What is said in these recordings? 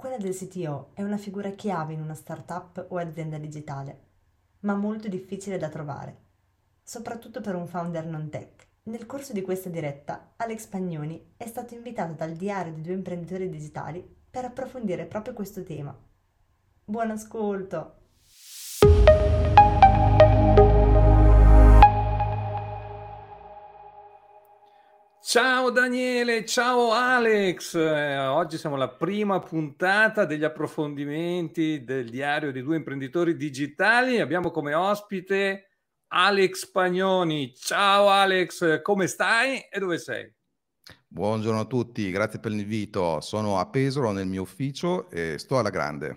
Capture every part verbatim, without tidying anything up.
Quella del C T O è una figura chiave in una startup o azienda digitale, ma molto difficile da trovare, soprattutto per un founder non tech. Nel corso di questa diretta, Alex Pagnoni è stato invitato dal Diario di due imprenditori digitali per approfondire proprio questo tema. Buon ascolto! Ciao Daniele, ciao Alex. Eh, oggi siamo alla prima puntata degli approfondimenti del Diario di due imprenditori digitali. Abbiamo come ospite Alex Pagnoni. Ciao Alex, come stai e dove sei? Buongiorno a tutti, grazie per l'invito. Sono a Pesaro nel mio ufficio e sto alla grande.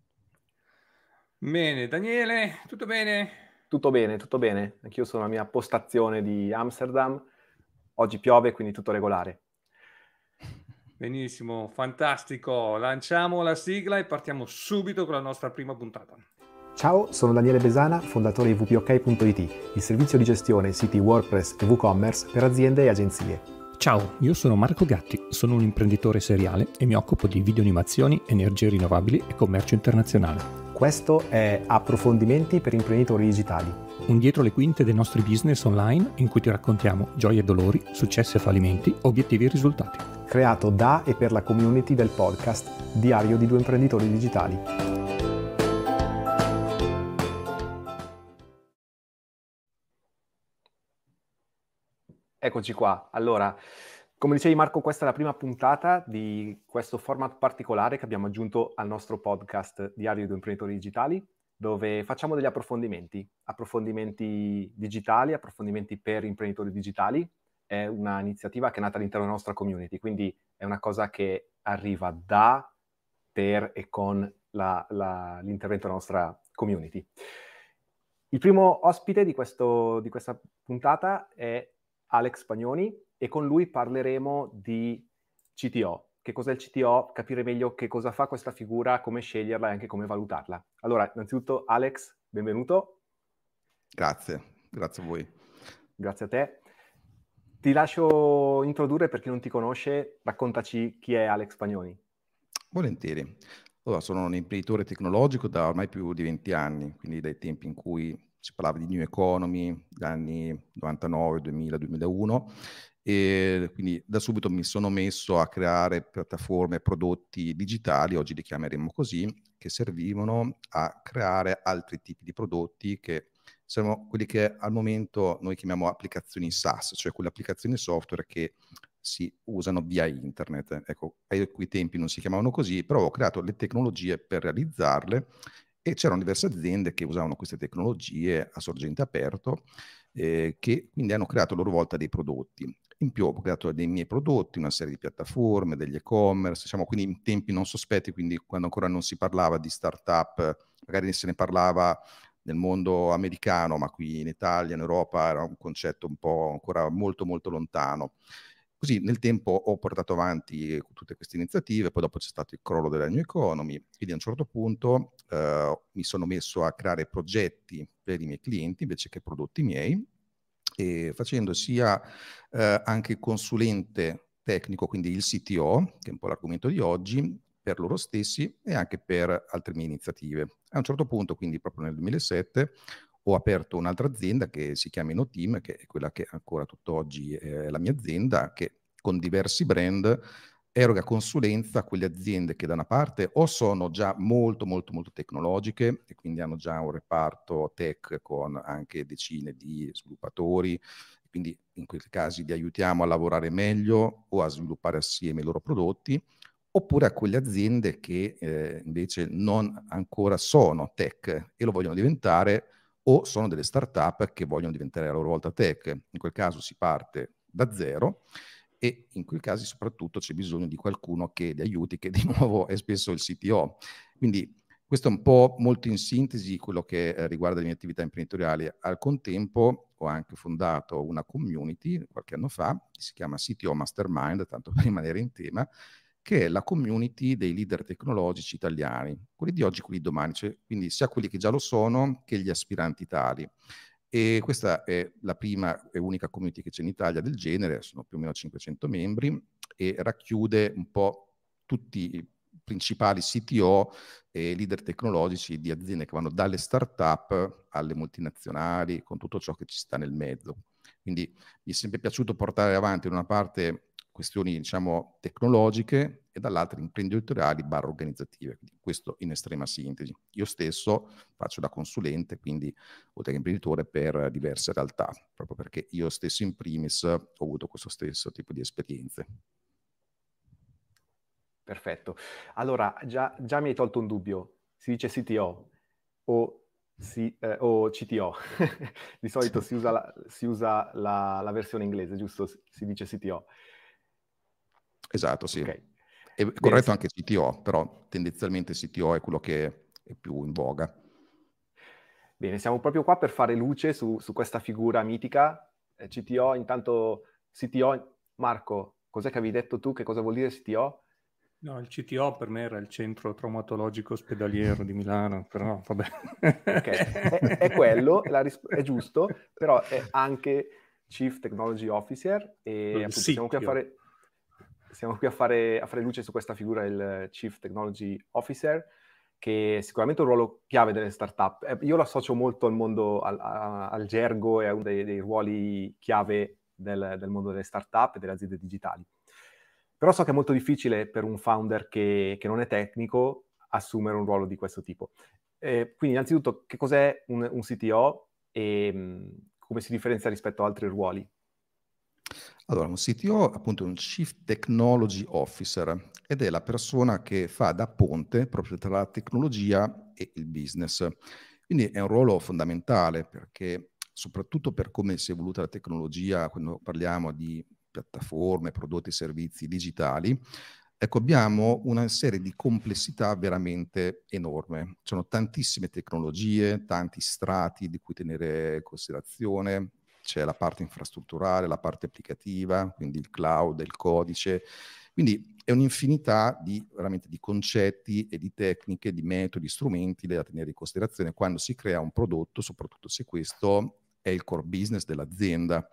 Bene, Daniele, tutto bene? Tutto bene, tutto bene. Anch'io sono alla mia postazione di Amsterdam. Oggi piove, quindi tutto regolare. Benissimo, fantastico. Lanciamo la sigla e partiamo subito con la nostra prima puntata. Ciao, sono Daniele Besana, fondatore di w p o k punto i t, il servizio di gestione siti WordPress e WooCommerce per aziende e agenzie. Ciao, io sono Marco Gatti, sono un imprenditore seriale e mi occupo di videoanimazioni, energie rinnovabili e commercio internazionale. Questo è Approfondimenti per imprenditori digitali. Un dietro le quinte dei nostri business online in cui ti raccontiamo gioie e dolori, successi e fallimenti, obiettivi e risultati. Creato da e per la community del podcast Diario di due imprenditori digitali. Eccoci qua. Allora, come dicevi Marco, questa è la prima puntata di questo format particolare che abbiamo aggiunto al nostro podcast Diario di due imprenditori digitali, dove facciamo degli approfondimenti, approfondimenti digitali, approfondimenti per imprenditori digitali. È un'iniziativa che è nata all'interno della nostra community, quindi è una cosa che arriva da, per e con la, la, l'intervento della nostra community. Il primo ospite di, questo, di questa puntata è Alex Pagnoni e con lui parleremo di C T O. Che cos'è il C T O? Capire meglio che cosa fa questa figura, come sceglierla e anche come valutarla. Allora, innanzitutto Alex, benvenuto. Grazie, grazie a voi. Grazie a te. Ti lascio introdurre per chi non ti conosce, raccontaci chi è Alex Pagnoni. Volentieri. Allora, sono un imprenditore tecnologico da ormai più di venti anni, quindi dai tempi in cui si parlava di New Economy, gli anni novantanove, duemila, duemilauno, e quindi da subito mi sono messo a creare piattaforme e prodotti digitali, oggi li chiameremo così, che servivano a creare altri tipi di prodotti che sono quelli che al momento noi chiamiamo applicazioni SaaS, cioè quelle applicazioni software che si usano via internet. Ecco, ai quei tempi non si chiamavano così, però ho creato le tecnologie per realizzarle e c'erano diverse aziende che usavano queste tecnologie a sorgente aperto, eh, che quindi hanno creato a loro volta dei prodotti. In più ho creato dei miei prodotti, una serie di piattaforme, degli e-commerce, diciamo, quindi in tempi non sospetti, quindi quando ancora non si parlava di startup, magari se ne parlava nel mondo americano, ma qui in Italia, in Europa, era un concetto un po' ancora molto molto lontano. Così nel tempo ho portato avanti tutte queste iniziative, poi dopo c'è stato il crollo della New Economy, quindi a un certo punto eh, mi sono messo a creare progetti per i miei clienti invece che prodotti miei, e facendo sia eh, anche consulente tecnico, quindi il C T O, che è un po' l'argomento di oggi, per loro stessi e anche per altre mie iniziative. A un certo punto, quindi proprio nel duemilasette, ho aperto un'altra azienda che si chiama InnoTeam, che è quella che ancora tutt'oggi è la mia azienda, che con diversi brand eroga consulenza a quelle aziende che da una parte o sono già molto molto molto tecnologiche e quindi hanno già un reparto tech con anche decine di sviluppatori, quindi in quei casi li aiutiamo a lavorare meglio o a sviluppare assieme i loro prodotti, oppure a quelle aziende che eh, invece non ancora sono tech e lo vogliono diventare, o sono delle start-up che vogliono diventare a loro volta tech. In quel caso si parte da zero e in quei casi soprattutto c'è bisogno di qualcuno che li aiuti, che di nuovo è spesso il C T O. Quindi questo è un po' molto in sintesi quello che eh, riguarda le mie attività imprenditoriali. Al contempo ho anche fondato una community qualche anno fa, che si chiama C T O Mastermind, tanto per rimanere in tema, che è la community dei leader tecnologici italiani, quelli di oggi, quelli di domani, cioè, quindi sia quelli che già lo sono che gli aspiranti tali. E questa è la prima e unica community che c'è in Italia del genere, sono più o meno cinquecento membri e racchiude un po' tutti principali C T O e leader tecnologici di aziende che vanno dalle start-up alle multinazionali, con tutto ciò che ci sta nel mezzo. Quindi mi è sempre piaciuto portare avanti da una parte questioni, diciamo, tecnologiche e dall'altra imprenditoriali barra organizzative. Quindi questo in estrema sintesi. Io stesso faccio da consulente, quindi oltre che imprenditore, per diverse realtà, proprio perché io stesso in primis ho avuto questo stesso tipo di esperienze. Perfetto. Allora, già, già mi hai tolto un dubbio. Si dice C T O o, C, eh, o C T O. Di solito si usa, la, si usa la, la versione inglese, giusto? Si dice C T O. Esatto, sì. Okay. È corretto Bene, anche C T O, però tendenzialmente C T O è quello che è più in voga. Bene, siamo proprio qua per fare luce su, su questa figura mitica. Eh, C T O, intanto C T O, Marco, cos'è che avevi detto tu? Che cosa vuol dire C T O? No, il C T O per me era il centro traumatologico ospedaliero di Milano, però vabbè. Ok, è, è quello, la risp- è giusto, però è anche Chief Technology Officer e appunto siamo qui a fare... Siamo qui a fare, a fare luce su questa figura del Chief Technology Officer, che è sicuramente un ruolo chiave delle startup. Eh, io lo associo molto al mondo, al, a, al gergo e a uno dei, dei ruoli chiave del, del mondo delle startup e delle aziende digitali. Però so che è molto difficile per un founder che, che non è tecnico assumere un ruolo di questo tipo. Eh, quindi innanzitutto, che cos'è un, un C T O e mh, come si differenzia rispetto a altri ruoli? Allora, un C T O appunto è un Chief Technology Officer ed è la persona che fa da ponte proprio tra la tecnologia e il business. Quindi è un ruolo fondamentale perché soprattutto per come si è evoluta la tecnologia, quando parliamo di piattaforme, prodotti e servizi digitali, ecco, abbiamo una serie di complessità veramente enorme. Ci sono tantissime tecnologie, tanti strati di cui tenere in considerazione. C'è la parte infrastrutturale, la parte applicativa, quindi il cloud, il codice. Quindi è un'infinità di, veramente, di concetti e di tecniche, di metodi, strumenti da tenere in considerazione quando si crea un prodotto, soprattutto se questo è il core business dell'azienda.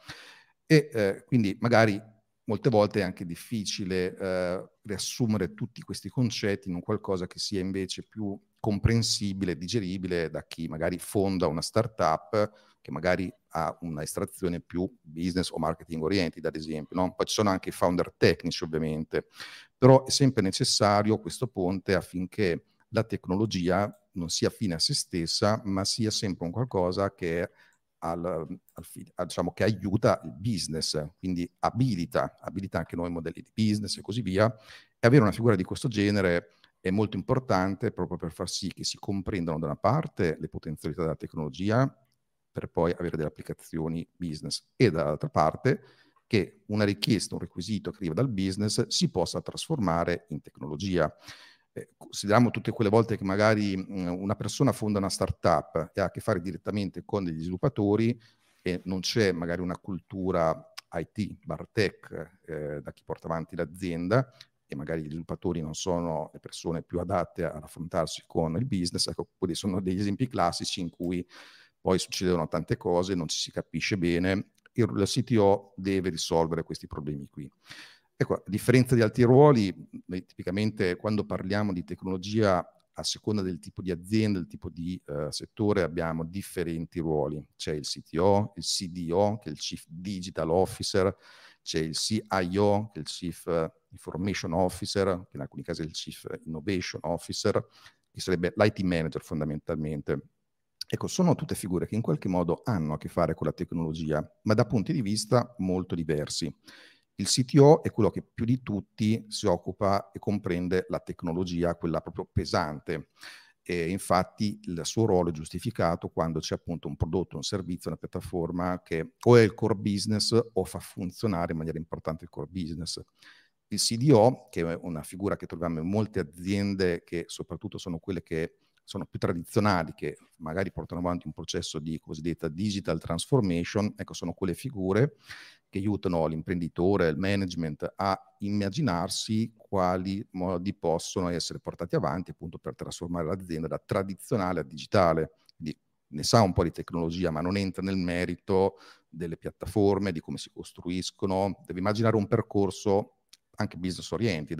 E eh, quindi magari molte volte è anche difficile eh, riassumere tutti questi concetti in un qualcosa che sia invece più comprensibile, digeribile da chi magari fonda una startup che magari ha una estrazione più business o marketing oriented, ad esempio, no? Poi ci sono anche i founder tecnici, ovviamente, però è sempre necessario questo ponte affinché la tecnologia non sia fine a se stessa, ma sia sempre un qualcosa che è Al, al, al, diciamo, che aiuta il business, quindi abilita, abilita anche nuovi modelli di business e così via, e avere una figura di questo genere è molto importante proprio per far sì che si comprendano da una parte le potenzialità della tecnologia per poi avere delle applicazioni business e dall'altra parte che una richiesta, un requisito che arriva dal business si possa trasformare in tecnologia. Eh, consideriamo tutte quelle volte che magari mh, una persona fonda una startup e ha a che fare direttamente con degli sviluppatori e non c'è magari una cultura I T, bar tech, eh, da chi porta avanti l'azienda e magari gli sviluppatori non sono le persone più adatte ad affrontarsi con il business. Ecco, quelli sono degli esempi classici in cui poi succedono tante cose, non ci si capisce bene, il C T O deve risolvere questi problemi qui. Ecco, a differenza di altri ruoli, noi tipicamente quando parliamo di tecnologia, a seconda del tipo di azienda, del tipo di uh, settore, abbiamo differenti ruoli. C'è il C T O, il C D O, che è il Chief Digital Officer, c'è il C I O, che è il Chief Information Officer, che in alcuni casi è il Chief Innovation Officer, che sarebbe l'I T Manager fondamentalmente. Ecco, sono tutte figure che in qualche modo hanno a che fare con la tecnologia, ma da punti di vista molto diversi. Il C T O è quello che più di tutti si occupa e comprende la tecnologia, quella proprio pesante. E infatti il suo ruolo è giustificato quando c'è appunto un prodotto, un servizio, una piattaforma che o è il core business o fa funzionare in maniera importante il core business. Il C D O, che è una figura che troviamo in molte aziende, che soprattutto sono quelle che sono più tradizionali, che magari portano avanti un processo di cosiddetta digital transformation, ecco, sono quelle figure che aiutano l'imprenditore, il management a immaginarsi quali modi possono essere portati avanti appunto per trasformare l'azienda da tradizionale a digitale. Quindi ne sa un po' di tecnologia, ma non entra nel merito delle piattaforme, di come si costruiscono, deve immaginare un percorso anche business oriented.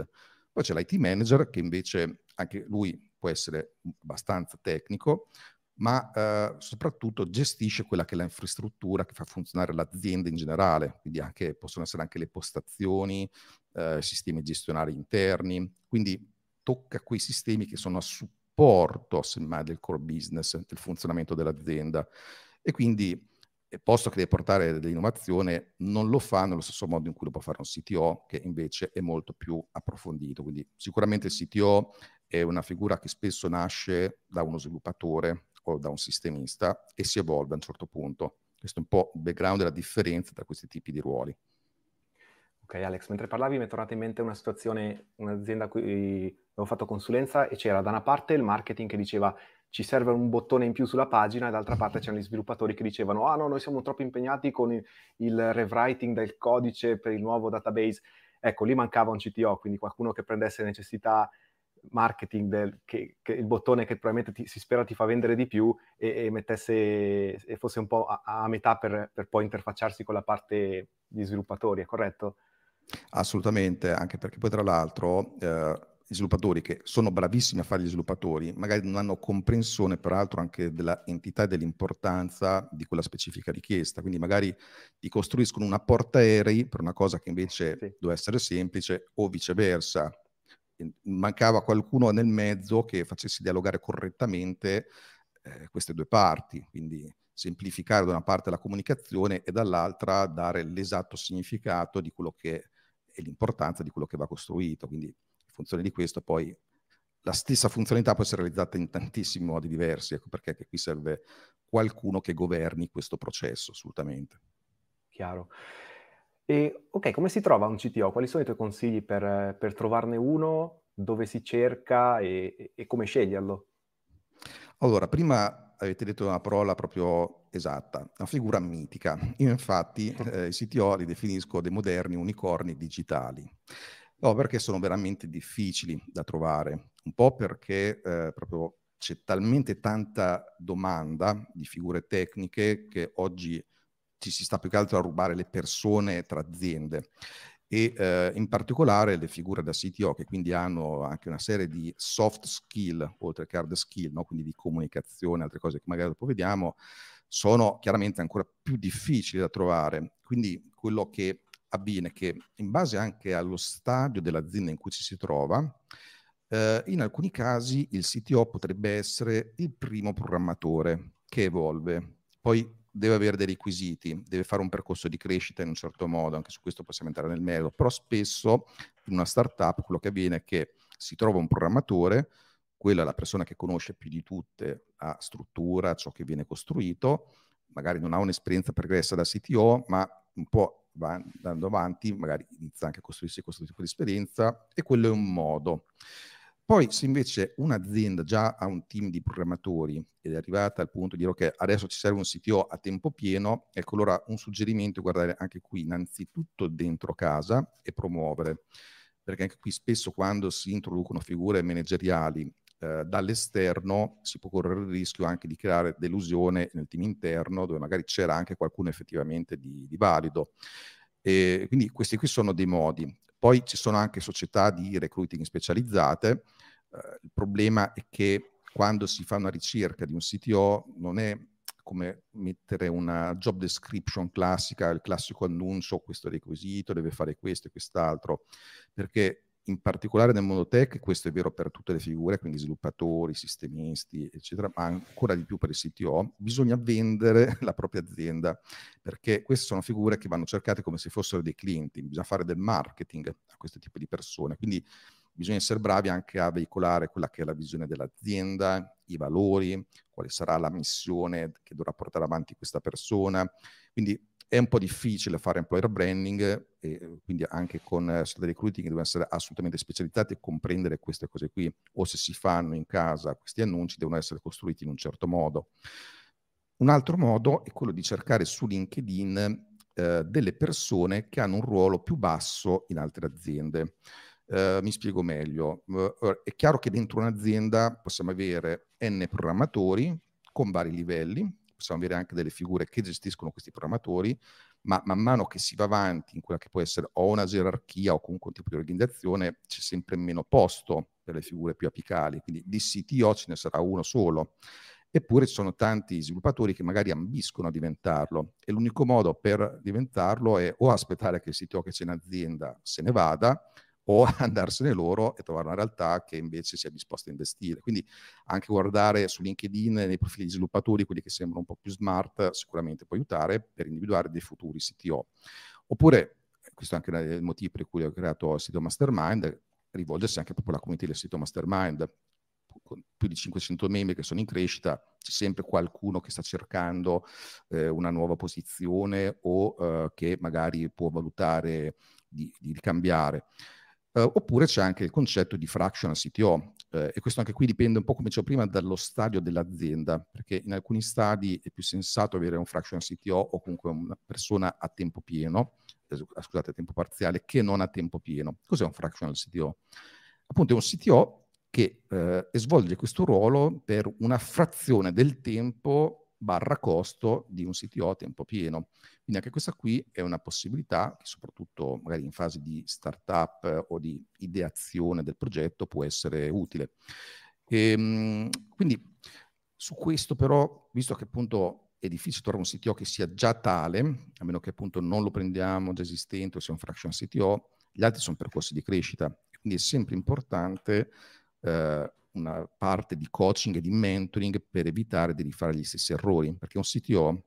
Poi c'è l'I T manager che invece anche lui può essere abbastanza tecnico, ma eh, soprattutto gestisce quella che è l'infrastruttura che fa funzionare l'azienda in generale, quindi anche, possono essere anche le postazioni, eh, sistemi gestionali interni, quindi tocca quei sistemi che sono a supporto, semmai, del core business, del funzionamento dell'azienda. E quindi, posto che deve portare dell'innovazione, non lo fa nello stesso modo in cui lo può fare un C T O, che invece è molto più approfondito. Quindi sicuramente il C T O è una figura che spesso nasce da uno sviluppatore o da un sistemista e si evolve a un certo punto. Questo è un po' il background della differenza tra questi tipi di ruoli. Ok Alex, mentre parlavi mi è tornata in mente una situazione, un'azienda a cui avevo fatto consulenza e c'era da una parte il marketing che diceva ci serve un bottone in più sulla pagina e dall'altra parte c'erano gli sviluppatori che dicevano ah no, noi siamo troppo impegnati con il, il rewriting del codice per il nuovo database. Ecco, lì mancava un C T O, quindi qualcuno che prendesse necessità marketing del, che, che il bottone che probabilmente ti, si spera ti fa vendere di più e, e mettesse e fosse un po' a, a metà per, per poi interfacciarsi con la parte di sviluppatori, è corretto? Assolutamente, anche perché poi tra l'altro eh, gli sviluppatori che sono bravissimi a fare gli sviluppatori magari non hanno comprensione peraltro anche della entità e dell'importanza di quella specifica richiesta, quindi magari ti costruiscono una portaerei per una cosa che invece sì. doveva essere semplice o viceversa. Mancava qualcuno nel mezzo che facesse dialogare correttamente eh, queste due parti, quindi semplificare da una parte la comunicazione e dall'altra dare l'esatto significato di quello che è l'importanza di quello che va costruito. Quindi in funzione di questo poi la stessa funzionalità può essere realizzata in tantissimi modi diversi, ecco perché anche qui serve qualcuno che governi questo processo, assolutamente. Chiaro. E ok, come si trova un C T O? Quali sono i tuoi consigli per, per trovarne uno, dove si cerca e, e come sceglierlo? Allora, prima avete detto una parola proprio esatta, una figura mitica. Io infatti eh, i C T O li definisco dei moderni unicorni digitali. No, perché sono veramente difficili da trovare, un po' perché eh, proprio c'è talmente tanta domanda di figure tecniche che oggi ci si sta più che altro a rubare le persone tra aziende e eh, in particolare le figure da C T O che quindi hanno anche una serie di soft skill oltre che hard skill, no? Quindi di comunicazione, altre cose che magari dopo vediamo, sono chiaramente ancora più difficili da trovare. Quindi quello che avviene è che in base anche allo stadio dell'azienda in cui ci si trova, eh, in alcuni casi il C T O potrebbe essere il primo programmatore che evolve. Poi deve avere dei requisiti, deve fare un percorso di crescita in un certo modo, anche su questo possiamo entrare nel merito, però spesso in una startup quello che avviene è che si trova un programmatore, quella è la persona che conosce più di tutte la struttura, ciò che viene costruito, magari non ha un'esperienza pregressa da C T O, ma un po' va andando avanti, magari inizia anche a costruirsi questo tipo di esperienza e quello è un modo. Poi se invece un'azienda già ha un team di programmatori ed è arrivata al punto di dire ok, adesso ci serve un C T O a tempo pieno, ecco allora un suggerimento è guardare anche qui innanzitutto dentro casa e promuovere, perché anche qui spesso quando si introducono figure manageriali eh, dall'esterno si può correre il rischio anche di creare delusione nel team interno dove magari c'era anche qualcuno effettivamente di, di valido. E quindi questi qui sono dei modi. Poi ci sono anche società di recruiting specializzate. Uh, il problema è che quando si fa una ricerca di un C T O non è come mettere una job description classica, il classico annuncio, questo requisito, deve fare questo e quest'altro, perché in particolare nel mondo tech, questo è vero per tutte le figure, quindi sviluppatori, sistemisti, eccetera, ma ancora di più per il C T O, bisogna vendere la propria azienda, perché queste sono figure che vanno cercate come se fossero dei clienti, bisogna fare del marketing a questo tipo di persone, quindi bisogna essere bravi anche a veicolare quella che è la visione dell'azienda, i valori, quale sarà la missione che dovrà portare avanti questa persona, quindi è un po' difficile fare employer branding e quindi anche con eh, dei recruiting devono essere assolutamente specializzati e comprendere queste cose qui, o se si fanno in casa questi annunci devono essere costruiti in un certo modo. Un altro modo è quello di cercare su LinkedIn eh, delle persone che hanno un ruolo più basso in altre aziende. Uh, mi spiego meglio. Uh, è chiaro che dentro un'azienda possiamo avere N programmatori con vari livelli, possiamo avere anche delle figure che gestiscono questi programmatori, ma man mano che si va avanti in quella che può essere o una gerarchia o comunque un tipo di organizzazione, c'è sempre meno posto per le figure più apicali, quindi di C T O ce ne sarà uno solo. Eppure ci sono tanti sviluppatori che magari ambiscono a diventarlo, e l'unico modo per diventarlo è o aspettare che il C T O che c'è in azienda se ne vada, o andarsene loro e trovare una realtà che invece sia disposta a investire. Quindi anche guardare su LinkedIn nei profili di sviluppatori, quelli che sembrano un po' più smart, sicuramente può aiutare per individuare dei futuri C T O. Oppure, questo è anche il motivo per cui ho creato il sito Mastermind, rivolgersi anche proprio alla community del sito Mastermind. Con più di cinquecento membri che sono in crescita, c'è sempre qualcuno che sta cercando eh, una nuova posizione o eh, che magari può valutare di, di cambiare. Uh, oppure c'è anche il concetto di fractional C T O, eh, e questo anche qui dipende un po', come dicevo prima, dallo stadio dell'azienda, perché in alcuni stadi è più sensato avere un fractional C T O o comunque una persona a tempo pieno, eh, scusate, a tempo parziale, che non a tempo pieno. Cos'è un fractional C T O? Appunto è un C T O che eh, svolge questo ruolo per una frazione del tempo barra costo di un C T O a tempo pieno. Quindi anche questa qui è una possibilità che soprattutto magari in fase di startup eh, o di ideazione del progetto può essere utile. E, quindi su questo però, visto che appunto è difficile trovare un C T O che sia già tale, a meno che appunto non lo prendiamo già esistente o sia un fraction C T O, gli altri sono percorsi di crescita. Quindi è sempre importante eh, una parte di coaching e di mentoring per evitare di rifare gli stessi errori, perché un C T O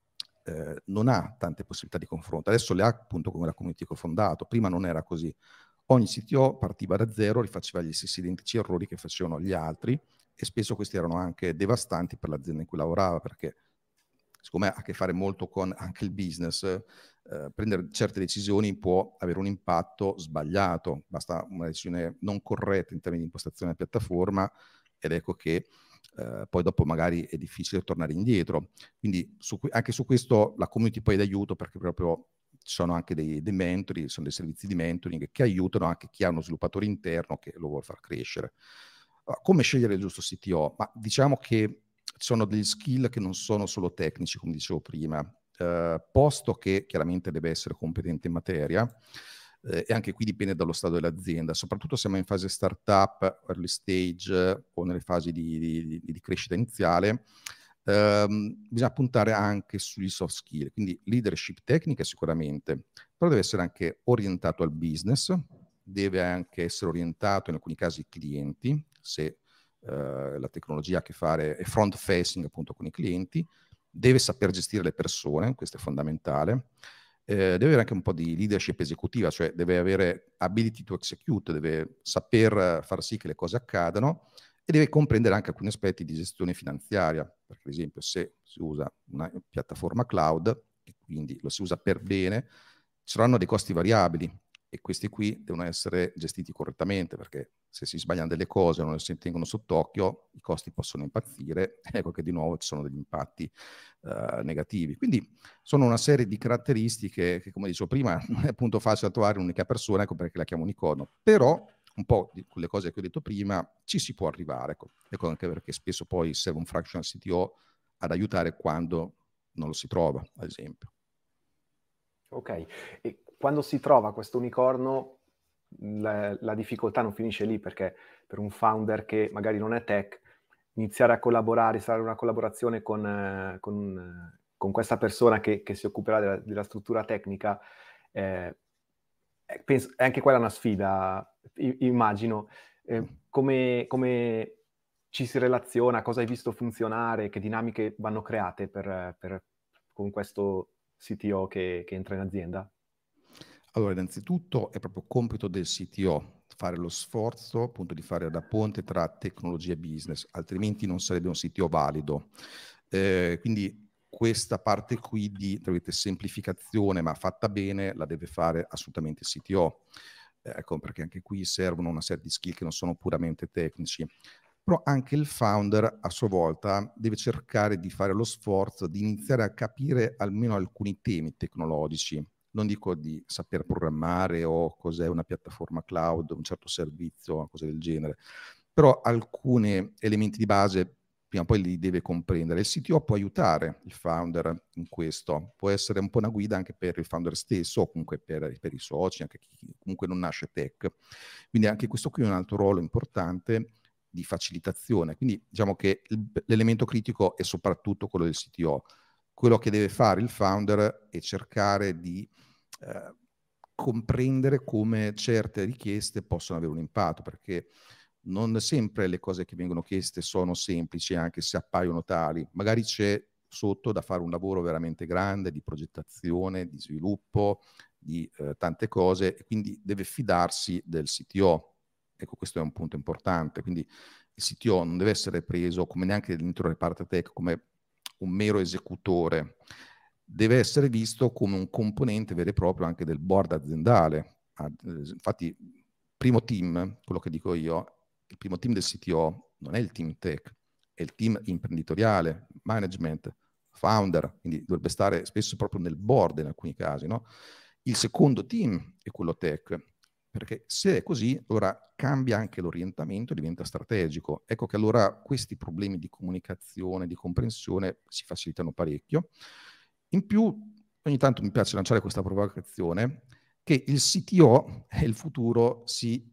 eh, non ha tante possibilità di confronto. Adesso le ha appunto come la community che ho fondato, prima non era così. Ogni C T O partiva da zero, rifaceva gli stessi identici errori che facevano gli altri, e spesso questi erano anche devastanti per l'azienda in cui lavorava, perché siccome ha a che fare molto con anche il business, eh, prendere certe decisioni può avere un impatto sbagliato, basta una decisione non corretta in termini di impostazione della piattaforma ed ecco che eh, poi dopo magari è difficile tornare indietro. Quindi su, anche su questo la community poi è d'aiuto, perché proprio ci sono anche dei, dei mentori, sono dei servizi di mentoring che aiutano anche chi ha uno sviluppatore interno che lo vuole far crescere. Come scegliere il giusto C T O? Ma diciamo che ci sono degli skill che non sono solo tecnici, come dicevo prima, eh, posto che chiaramente deve essere competente in materia, eh, e anche qui dipende dallo stato dell'azienda, soprattutto se siamo in fase startup, early stage eh, o nelle fasi di, di, di crescita iniziale, ehm, bisogna puntare anche sugli soft skill, quindi leadership tecnica sicuramente, però deve essere anche orientato al business, deve anche essere orientato in alcuni casi ai clienti, se Uh, la tecnologia ha a che fare, è front facing appunto con i clienti, deve saper gestire le persone, questo è fondamentale, eh, deve avere anche un po' di leadership esecutiva, cioè deve avere ability to execute, deve saper far sì che le cose accadano e deve comprendere anche alcuni aspetti di gestione finanziaria, perché ad esempio se si usa una piattaforma cloud e quindi lo si usa per bene, ci saranno dei costi variabili e questi qui devono essere gestiti correttamente, perché se si sbagliano delle cose o non si tengono sott'occhio, i costi possono impazzire, ecco che di nuovo ci sono degli impatti uh, negativi. Quindi sono una serie di caratteristiche che, come dicevo prima, non è appunto facile trovare un'unica persona, ecco perché la chiamo unicorno, però un po' di quelle cose che ho detto prima ci si può arrivare, ecco, ecco anche perché spesso poi serve un fractional C T O ad aiutare quando non lo si trova, ad esempio. Ok, e quando si trova questo unicorno, la, la difficoltà non finisce lì, perché per un founder che magari non è tech, iniziare a collaborare, fare una collaborazione con, eh, con, con questa persona che, che si occuperà della, della struttura tecnica, eh, penso, è anche quella una sfida, immagino. Eh, come, come ci si relaziona, cosa hai visto funzionare, che dinamiche vanno create per, per, con questo C T O che, che entra in azienda? Allora, innanzitutto è proprio compito del C T O fare lo sforzo appunto di fare da ponte tra tecnologia e business, altrimenti non sarebbe un C T O valido. Eh, quindi questa parte qui di tra virgolette, semplificazione, ma fatta bene, la deve fare assolutamente il C T O. Eh, ecco, perché anche qui servono una serie di skill che non sono puramente tecnici. Però anche il founder a sua volta deve cercare di fare lo sforzo di iniziare a capire almeno alcuni temi tecnologici. Non dico di saper programmare o cos'è una piattaforma cloud, un certo servizio, cose del genere, però alcuni elementi di base prima o poi li deve comprendere. Il C T O può aiutare il founder in questo, può essere un po' una guida anche per il founder stesso o comunque per, per i soci, anche chi comunque non nasce tech. Quindi anche questo qui è un altro ruolo importante di facilitazione. Quindi diciamo che il, l'elemento critico è soprattutto quello del C T O. Quello che deve fare il founder è cercare di eh, comprendere come certe richieste possono avere un impatto, perché non sempre le cose che vengono chieste sono semplici, anche se appaiono tali. Magari c'è sotto da fare un lavoro veramente grande di progettazione, di sviluppo, di eh, tante cose, e quindi deve fidarsi del C T O. Ecco, questo è un punto importante. Quindi il C T O non deve essere preso, come neanche dentro il reparto tech, come un mero esecutore. Deve essere visto come un componente vero e proprio anche del board aziendale. Infatti, primo team, quello che dico io, il primo team del C T O non è il team tech, è il team imprenditoriale, management, founder, quindi dovrebbe stare spesso proprio nel board in alcuni casi, no? Il secondo team è quello tech, perché se è così, allora cambia anche l'orientamento, diventa strategico. Ecco che allora questi problemi di comunicazione, di comprensione si facilitano parecchio. In più, ogni tanto mi piace lanciare questa provocazione, che il C T O è il futuro C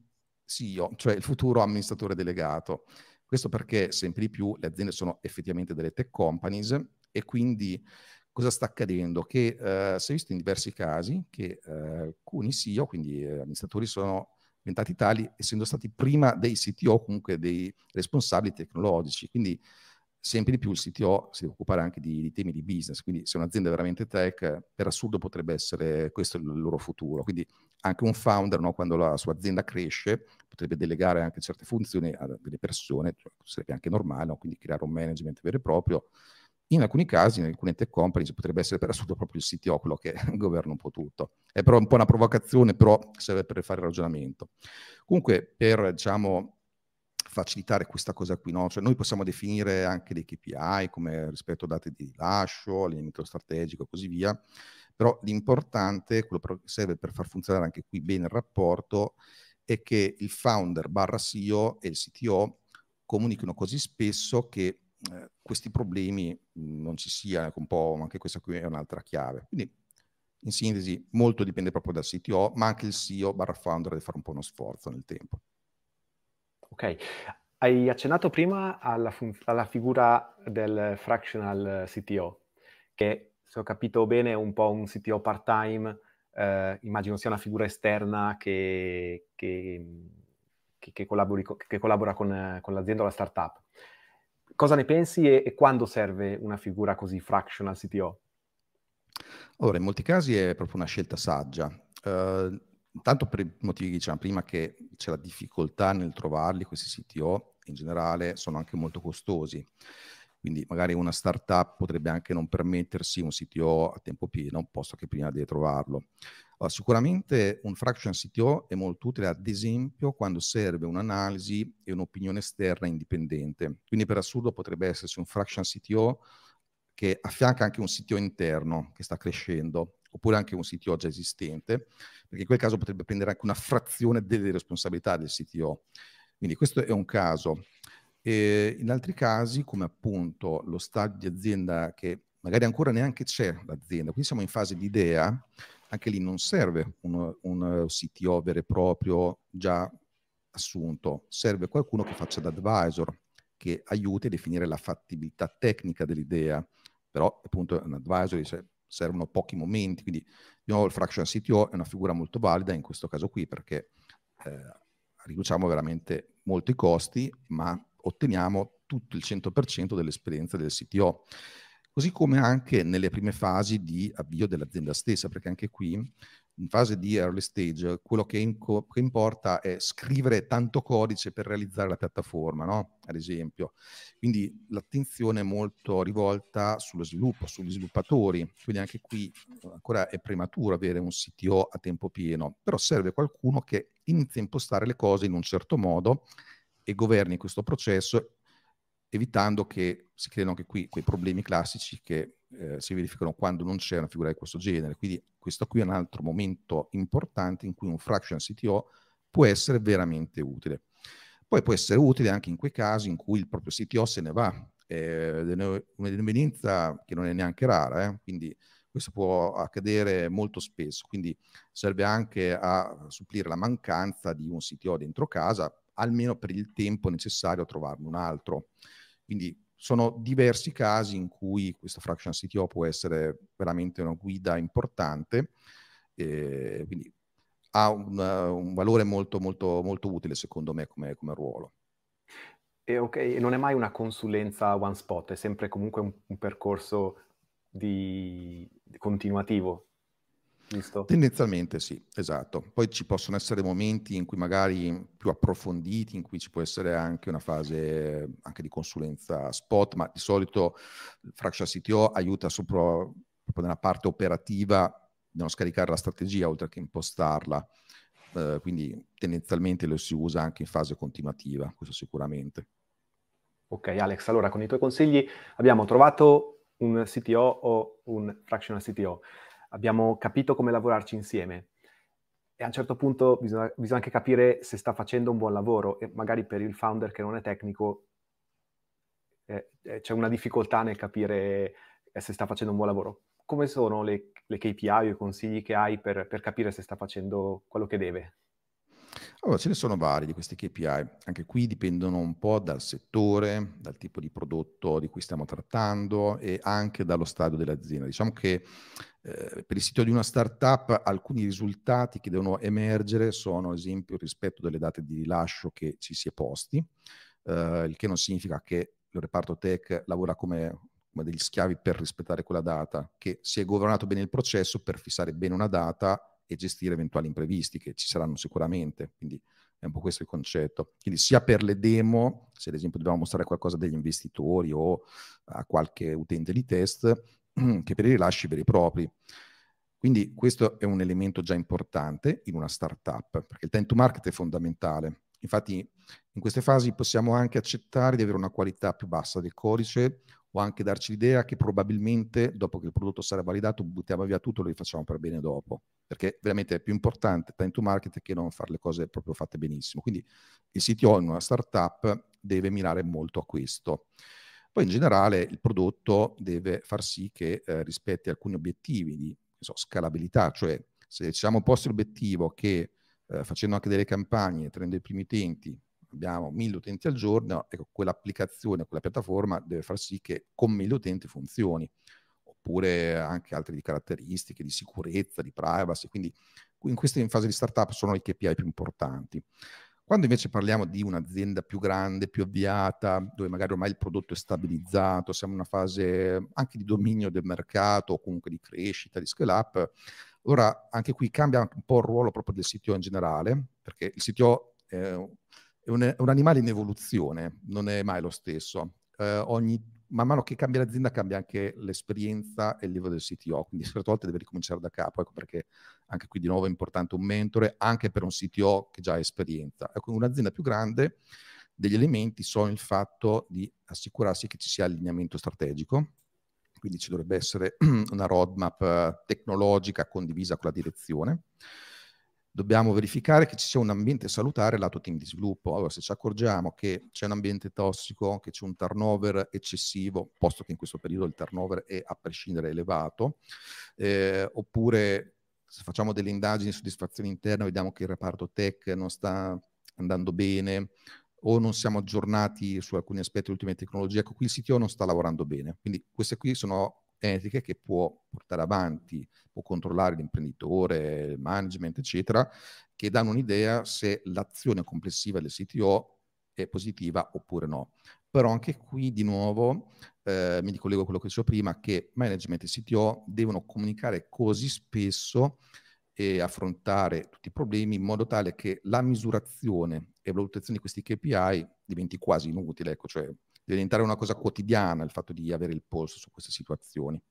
E O, cioè il futuro amministratore delegato. Questo perché sempre di più le aziende sono effettivamente delle tech companies, e quindi cosa sta accadendo? Che eh, si è visto in diversi casi che eh, alcuni C E O, quindi eh, amministratori, sono diventati tali essendo stati prima dei C T O, comunque dei responsabili tecnologici. Quindi sempre di più il C T O si deve occupare anche di, di temi di business. Quindi se un'azienda è veramente tech, per assurdo potrebbe essere questo il loro futuro. Quindi anche un founder, no, quando la sua azienda cresce, potrebbe delegare anche certe funzioni a delle persone, cioè, sarebbe anche normale, no? Quindi creare un management vero e proprio. In alcuni casi, in alcune tech companies, potrebbe essere per assurdo proprio il C T O quello che governa un po' tutto. È però un po' una provocazione, però serve per fare il ragionamento. Comunque, per, diciamo, facilitare questa cosa qui, no? Cioè noi possiamo definire anche dei K P I come rispetto a dati di rilascio, allineamento strategico e così via, però l'importante, quello che serve per far funzionare anche qui bene il rapporto, è che il founder barra C E O e il C T O comunichino così spesso che Eh, questi problemi mh, non ci sia, un po', anche questa qui è un'altra chiave. Quindi in sintesi molto dipende proprio dal C T O, ma anche il C E O barra founder deve fare un po' uno sforzo nel tempo. Ok, hai accennato prima alla, fun- alla figura del fractional C T O, che se ho capito bene è un po' un C T O part-time, eh, immagino sia una figura esterna che, che, che, che, collabori co- che collabora con, con l'azienda o la startup. Cosa ne pensi e, e quando serve una figura così fractional C T O? Allora, in molti casi è proprio una scelta saggia. Uh, intanto per i motivi che dicevamo prima, che c'è la difficoltà nel trovarli, questi C T O in generale sono anche molto costosi. Quindi magari una startup potrebbe anche non permettersi un C T O a tempo pieno, posto che prima deve trovarlo. Allora, sicuramente un fraction C T O è molto utile, ad esempio, quando serve un'analisi e un'opinione esterna indipendente. Quindi per assurdo potrebbe esserci un fraction C T O che affianca anche un C T O interno che sta crescendo, oppure anche un C T O già esistente, perché in quel caso potrebbe prendere anche una frazione delle responsabilità del C T O. Quindi questo è un caso. E in altri casi, come appunto lo stadio di azienda che magari ancora neanche c'è l'azienda, quindi siamo in fase di idea, anche lì non serve un, un C T O vero e proprio già assunto, serve qualcuno che faccia da advisor, che aiuti a definire la fattibilità tecnica dell'idea, però appunto un advisor dice servono pochi momenti, quindi di nuovo il fraction C T O è una figura molto valida in questo caso qui, perché eh, riduciamo veramente molto i costi, ma otteniamo tutto il cento per cento dell'esperienza del C T O. Così come anche nelle prime fasi di avvio dell'azienda stessa, perché anche qui, in fase di early stage, quello che, inco- che importa è scrivere tanto codice per realizzare la piattaforma, no? Ad esempio. Quindi l'attenzione è molto rivolta sullo sviluppo, sugli sviluppatori, quindi anche qui ancora è prematuro avere un C T O a tempo pieno, però serve qualcuno che inizi a impostare le cose in un certo modo e governi questo processo, evitando che si creino anche qui quei problemi classici che eh, si verificano quando non c'è una figura di questo genere. Quindi questo qui è un altro momento importante in cui un fraction C T O può essere veramente utile. Poi può essere utile anche in quei casi in cui il proprio C T O se ne va, è un'evenienza che non è neanche rara, eh? Quindi questo può accadere molto spesso, quindi serve anche a supplire la mancanza di un C T O dentro casa, almeno per il tempo necessario a trovarne un altro. Quindi sono diversi casi in cui questo fractional C T O può essere veramente una guida importante, eh, quindi ha un, un valore molto, molto, molto utile secondo me come, come ruolo. E ok, non è mai una consulenza one spot, è sempre comunque un, un percorso di, di continuativo, giusto? Tendenzialmente sì, esatto. Poi ci possono essere momenti in cui magari più approfonditi, in cui ci può essere anche una fase anche di consulenza spot, ma di solito il Fractional C T O aiuta sopra, proprio nella parte operativa, nello scaricare la strategia oltre che impostarla. Uh, quindi tendenzialmente lo si usa anche in fase continuativa, questo sicuramente. Ok, Alex, allora con i tuoi consigli abbiamo trovato un C T O o un fractional C T O, abbiamo capito come lavorarci insieme e a un certo punto bisogna, bisogna anche capire se sta facendo un buon lavoro e magari per il founder che non è tecnico eh, c'è una difficoltà nel capire se sta facendo un buon lavoro. Come sono le, le K P I o i consigli che hai per, per capire se sta facendo quello che deve? Allora, ce ne sono vari di questi K P I, anche qui dipendono un po' dal settore, dal tipo di prodotto di cui stiamo trattando e anche dallo stadio dell'azienda. Diciamo che eh, per il sito di una startup alcuni risultati che devono emergere sono, ad esempio, il rispetto delle date di rilascio che ci si è posti, eh, il che non significa che il reparto tech lavora come, come degli schiavi per rispettare quella data, che si è governato bene il processo per fissare bene una data e gestire eventuali imprevisti che ci saranno sicuramente, quindi è un po' questo il concetto. Quindi sia per le demo, se ad esempio dobbiamo mostrare qualcosa degli investitori o a qualche utente di test, che per i rilasci veri e propri. Quindi questo è un elemento già importante in una startup, perché il time to market è fondamentale. Infatti in queste fasi possiamo anche accettare di avere una qualità più bassa del codice o anche darci l'idea che probabilmente dopo che il prodotto sarà validato buttiamo via tutto e lo rifacciamo per bene dopo, perché veramente è più importante time to market che non fare le cose proprio fatte benissimo. Quindi il C T O in una startup deve mirare molto a questo. Poi in generale il prodotto deve far sì che eh, rispetti alcuni obiettivi di so, scalabilità, cioè se ci siamo posti l'obiettivo che eh, facendo anche delle campagne, tenendo i primi utenti, abbiamo mille utenti al giorno, ecco, quell'applicazione, quella piattaforma deve far sì che con mille utenti funzioni, oppure anche altre di caratteristiche, di sicurezza, di privacy, quindi in queste in fase di startup sono i K P I più importanti. Quando invece parliamo di un'azienda più grande, più avviata, dove magari ormai il prodotto è stabilizzato, siamo in una fase anche di dominio del mercato, o comunque di crescita, di scale up, allora anche qui cambia un po' il ruolo proprio del C T O in generale, perché il C T O è È un, è un animale in evoluzione, non è mai lo stesso. Eh, ogni, man mano che cambia l'azienda cambia anche l'esperienza e il livello del C T O, quindi certe volte deve ricominciare da capo, ecco perché anche qui di nuovo è importante un mentore, anche per un C T O che già ha esperienza. Ecco, in un'azienda più grande degli elementi sono il fatto di assicurarsi che ci sia allineamento strategico, quindi ci dovrebbe essere una roadmap tecnologica condivisa con la direzione. Dobbiamo verificare che ci sia un ambiente salutare lato team di sviluppo. Allora, se ci accorgiamo che c'è un ambiente tossico, che c'è un turnover eccessivo, posto che in questo periodo il turnover è a prescindere elevato, eh, oppure se facciamo delle indagini di soddisfazione interna, vediamo che il reparto tech non sta andando bene o non siamo aggiornati su alcuni aspetti delle ultime tecnologie, ecco qui il C T O non sta lavorando bene. Quindi queste qui sono etiche che può portare avanti, può controllare l'imprenditore, il management, eccetera, che danno un'idea se l'azione complessiva del C T O è positiva oppure no. Però anche qui, di nuovo, eh, mi ricollego a quello che dicevo prima, che management e C T O devono comunicare così spesso e affrontare tutti i problemi in modo tale che la misurazione e valutazione di questi K P I diventi quasi inutile, ecco, cioè deve diventare una cosa quotidiana il fatto di avere il polso su queste situazioni.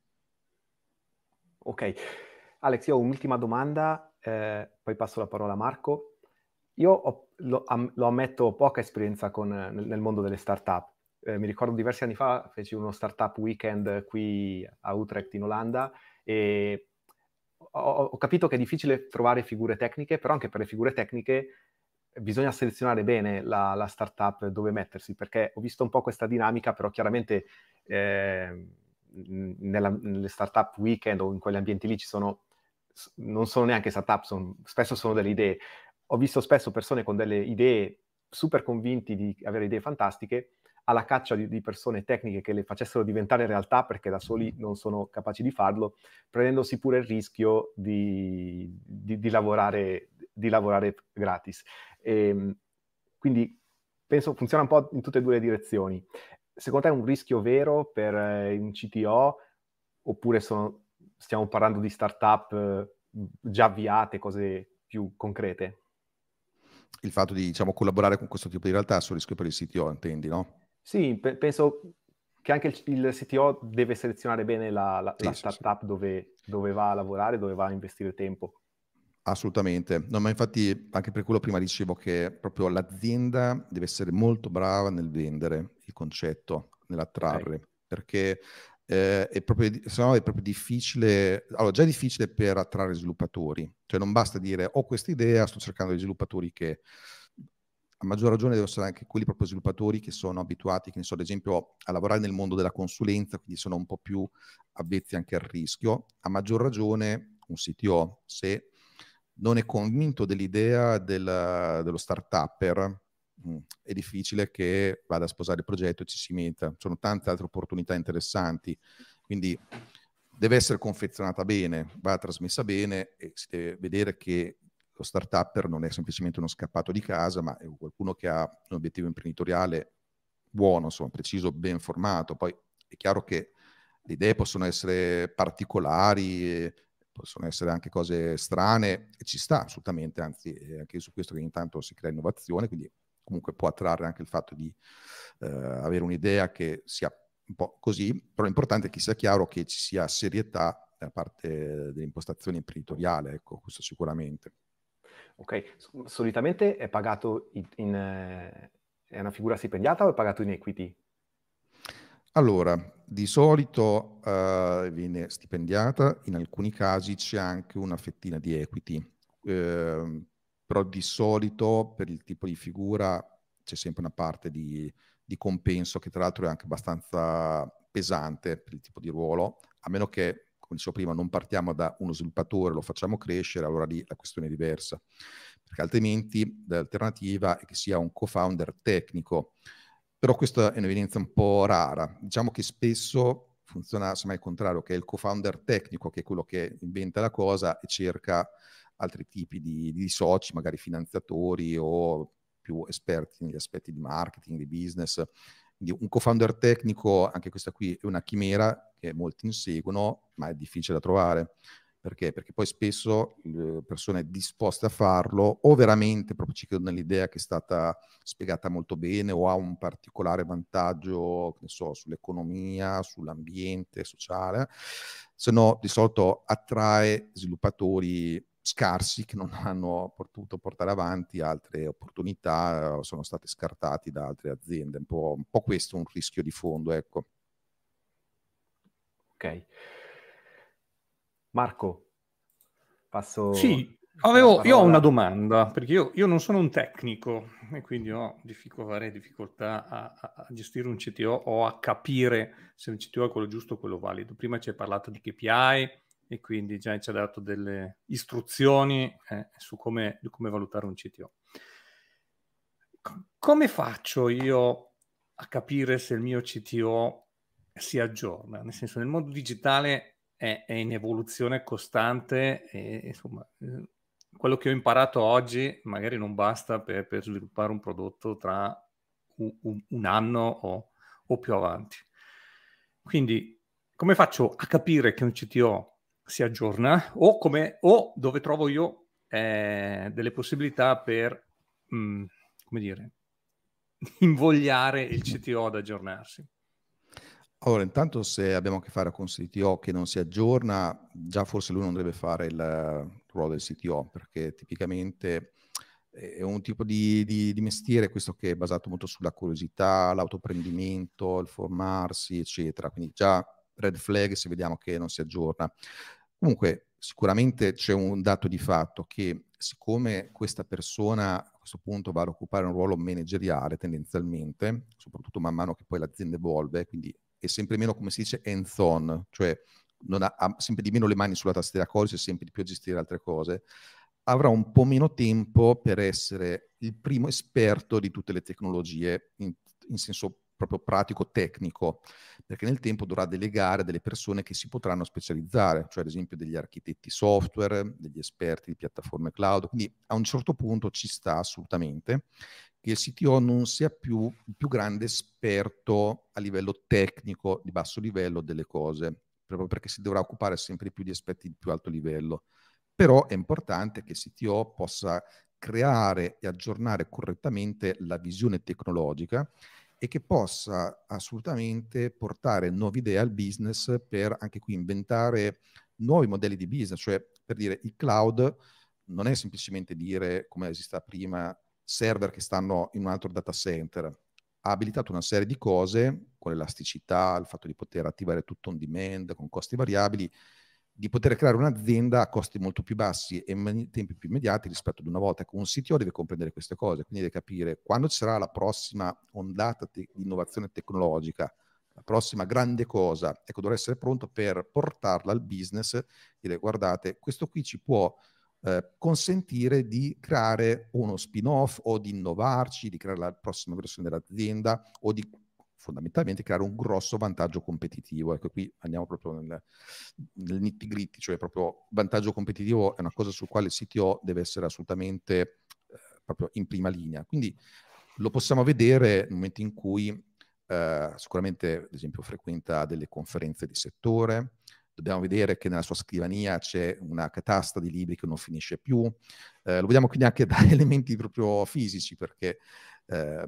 Ok, Alex, io ho un'ultima domanda, eh, poi passo la parola a Marco. Io ho, lo, am, lo ammetto, ho poca esperienza con, nel, nel mondo delle startup. Eh, mi ricordo diversi anni fa feci uno startup weekend qui a Utrecht in Olanda e ho, ho capito che è difficile trovare figure tecniche, però anche per le figure tecniche bisogna selezionare bene la, la startup dove mettersi, perché ho visto un po' questa dinamica, però chiaramente eh, nella, nelle startup weekend o in quegli ambienti lì ci sono, non sono neanche startup, sono, spesso sono delle idee. Ho visto spesso persone con delle idee super convinti di avere idee fantastiche, alla caccia di, di persone tecniche che le facessero diventare realtà, perché da soli non sono capaci di farlo, prendendosi pure il rischio di, di, di, lavorare, di lavorare gratis. E, quindi penso funziona un po' in tutte e due le direzioni. Secondo te è un rischio vero per eh, un C T O, oppure sono, stiamo parlando di startup eh, già avviate, cose più concrete? Il fatto di, diciamo, collaborare con questo tipo di realtà è sul rischio per il C T O, intendi, no? Sì, pe- penso che anche il, il C T O deve selezionare bene la, la, Sì, la sì, startup sì. Dove, dove va a lavorare, dove va a investire tempo. Assolutamente. No, ma infatti anche per quello prima dicevo che proprio l'azienda deve essere molto brava nel vendere il concetto, nell'attrarre, Okay. perché eh, è proprio, se no è proprio difficile. Allora, già è difficile per attrarre sviluppatori, cioè non basta dire ho questa idea, sto cercando dei sviluppatori che, a maggior ragione devono essere anche quelli proprio sviluppatori che sono abituati, che ne so, ad esempio, a lavorare nel mondo della consulenza, quindi sono un po' più avvezzi anche al rischio. A maggior ragione un C T O, se non è convinto dell'idea del, dello start-upper, mh, è difficile che vada a sposare il progetto e ci si metta. Ci sono tante altre opportunità interessanti, quindi deve essere confezionata bene, va trasmessa bene e si deve vedere che lo start-upper non è semplicemente uno scappato di casa, ma è qualcuno che ha un obiettivo imprenditoriale buono, insomma, preciso, ben formato. Poi è chiaro che le idee possono essere particolari, possono essere anche cose strane, e ci sta assolutamente, anzi è anche su questo che intanto si crea innovazione, quindi comunque può attrarre anche il fatto di eh, avere un'idea che sia un po' così, però l'importante è che sia chiaro che ci sia serietà da parte dell'impostazione imprenditoriale, ecco, questo sicuramente. Ok, solitamente è pagato in, in eh, è una figura stipendiata o è pagato in equity? Allora, di solito uh, viene stipendiata, in alcuni casi c'è anche una fettina di equity, uh, però di solito per il tipo di figura c'è sempre una parte di, di compenso che tra l'altro è anche abbastanza pesante per il tipo di ruolo, a meno che, come dicevo prima, non partiamo da uno sviluppatore, lo facciamo crescere, allora lì la questione è diversa, perché altrimenti l'alternativa è che sia un co-founder tecnico. Però questa è un'evidenza un po' rara. Diciamo che spesso funziona semmai il contrario, che è il co-founder tecnico, che è quello che inventa la cosa e cerca altri tipi di, di soci, magari finanziatori o più esperti negli aspetti di marketing, di business. Quindi un co-founder tecnico, anche questa qui è una chimera che molti inseguono, ma è difficile da trovare. Perché? Perché poi spesso le persone disposte a farlo o veramente proprio ci credono nell'idea che è stata spiegata molto bene o ha un particolare vantaggio, che ne so, sull'economia, sull'ambiente sociale, se no di solito attrae sviluppatori scarsi che non hanno potuto portare avanti altre opportunità, o sono stati scartati da altre aziende. Un po', un po' questo è un rischio di fondo, ecco. Ok. Marco, passo Sì, la avevo, io ho una parola. domanda, perché io, io non sono un tecnico e quindi ho difficoltà, avrei difficoltà a, a- a gestire un C T O o a capire se un C T O è quello giusto o quello valido. Prima ci hai parlato di K P I e quindi già ci ha dato delle istruzioni eh, su come, come valutare un C T O. C- come faccio io a capire se il mio C T O si aggiorna? Nel senso, nel mondo digitale è, è in evoluzione costante e insomma, eh, quello che ho imparato oggi magari non basta per, per sviluppare un prodotto tra un, un- un anno o, o più avanti. Quindi, come faccio a capire che un C T O si aggiorna o, come, o dove trovo io eh, delle possibilità per, mh, come dire, invogliare il C T O ad aggiornarsi? Allora, intanto se abbiamo a che fare con un C T O che non si aggiorna, già forse lui non deve fare il ruolo del C T O, perché tipicamente è un tipo di, di, di mestiere questo che è basato molto sulla curiosità, l'autoapprendimento, il formarsi, eccetera. Quindi già red flag se vediamo che non si aggiorna. Comunque, sicuramente c'è un dato di fatto che siccome questa persona a questo punto va ad occupare un ruolo manageriale tendenzialmente, soprattutto man mano che poi l'azienda evolve, quindi è sempre meno, come si dice, hands-on, cioè non ha, ha sempre di meno le mani sulla tastiera codice, sempre di più a gestire altre cose, avrà un po' meno tempo per essere il primo esperto di tutte le tecnologie in, in senso proprio pratico, tecnico, perché nel tempo dovrà delegare delle persone che si potranno specializzare, cioè ad esempio degli architetti software, degli esperti di piattaforme cloud, quindi a un certo punto ci sta assolutamente che il C T O non sia più il più grande esperto a livello tecnico, di basso livello delle cose, proprio perché si dovrà occupare sempre più di aspetti di più alto livello. Però è importante che il C T O possa creare e aggiornare correttamente la visione tecnologica e che possa assolutamente portare nuove idee al business per anche qui inventare nuovi modelli di business, cioè per dire il cloud non è semplicemente dire, come esisteva prima, server che stanno in un altro data center. Ha abilitato una serie di cose con l'elasticità, il fatto di poter attivare tutto on demand con costi variabili, di poter creare un'azienda a costi molto più bassi e in tempi più immediati rispetto ad una volta. Ecco, un C T O deve comprendere queste cose, quindi deve capire quando ci sarà la prossima ondata te- di innovazione tecnologica, la prossima grande cosa, ecco, dovrà essere pronto per portarla al business e dire guardate, questo qui ci può eh, consentire di creare uno spin-off o di innovarci, di creare la prossima versione dell'azienda o di fondamentalmente creare un grosso vantaggio competitivo. Ecco, qui andiamo proprio nel, nel nitty-gritty, cioè proprio vantaggio competitivo è una cosa sul quale il C T O deve essere assolutamente eh, proprio in prima linea. Quindi lo possiamo vedere nel momento in cui eh, sicuramente, ad esempio, frequenta delle conferenze di settore. Dobbiamo vedere che nella sua scrivania c'è una catasta di libri che non finisce più. Eh, lo vediamo quindi anche da elementi proprio fisici, perché eh,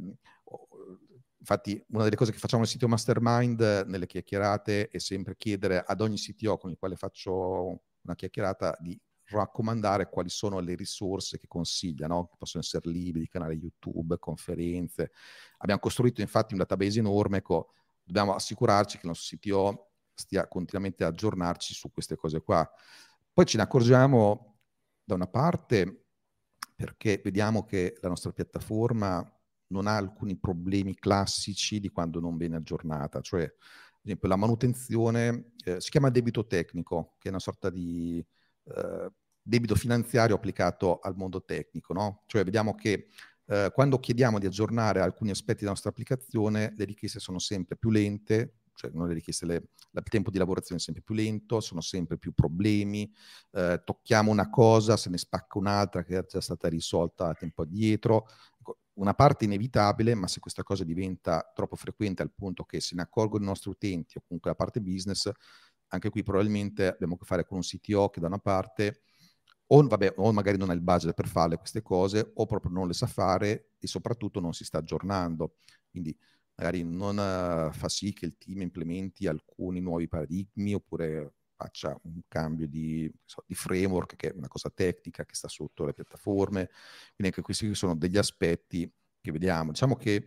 infatti una delle cose che facciamo nel sito Mastermind, nelle chiacchierate, è sempre chiedere ad ogni C T O con il quale faccio una chiacchierata di raccomandare quali sono le risorse che consiglia, no? Che possono essere libri, canali YouTube, conferenze. Abbiamo costruito infatti un database enorme, ecco, dobbiamo assicurarci che il nostro C T O stia continuamente a aggiornarci su queste cose qua. Poi ce ne accorgiamo da una parte perché vediamo che la nostra piattaforma non ha alcuni problemi classici di quando non viene aggiornata, cioè ad esempio la manutenzione eh, si chiama debito tecnico, che è una sorta di eh, debito finanziario applicato al mondo tecnico, no? Cioè vediamo che eh, quando chiediamo di aggiornare alcuni aspetti della nostra applicazione, le richieste sono sempre più lente, cioè non le richieste, le, il tempo di lavorazione è sempre più lento, sono sempre più problemi, eh, tocchiamo una cosa, se ne spacca un'altra che è già stata risolta a tempo addietro. Una parte inevitabile, ma se questa cosa diventa troppo frequente al punto che se ne accorgono i nostri utenti o comunque la parte business, anche qui probabilmente abbiamo a che fare con un C T O che da una parte o, vabbè, o magari non ha il budget per fare queste cose o proprio non le sa fare e soprattutto non si sta aggiornando. Quindi magari non uh, fa sì che il team implementi alcuni nuovi paradigmi oppure faccia un cambio di, so, di framework, che è una cosa tecnica che sta sotto le piattaforme. Quindi anche questi sono degli aspetti che vediamo. Diciamo che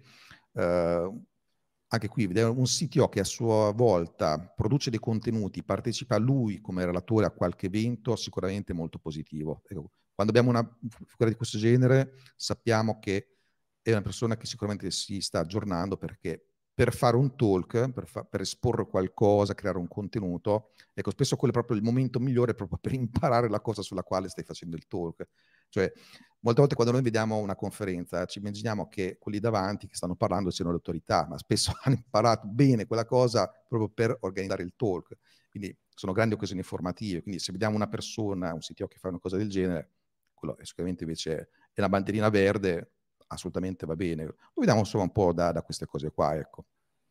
eh, anche qui vediamo un C T O che a sua volta produce dei contenuti, partecipa lui come relatore a qualche evento, sicuramente molto positivo. Ecco, quando abbiamo una figura di questo genere sappiamo che è una persona che sicuramente si sta aggiornando, perché per fare un talk, per, fa- per esporre qualcosa, creare un contenuto, ecco, spesso quello è proprio il momento migliore proprio per imparare la cosa sulla quale stai facendo il talk. Cioè, molte volte quando noi vediamo una conferenza ci immaginiamo che quelli davanti che stanno parlando siano le autorità, ma spesso hanno imparato bene quella cosa proprio per organizzare il talk. Quindi sono grandi occasioni formative. Quindi se vediamo una persona, un C T O che fa una cosa del genere, quello è sicuramente invece è una bandierina verde, assolutamente va bene. Lo vediamo insomma un po' da, da queste cose qua, ecco.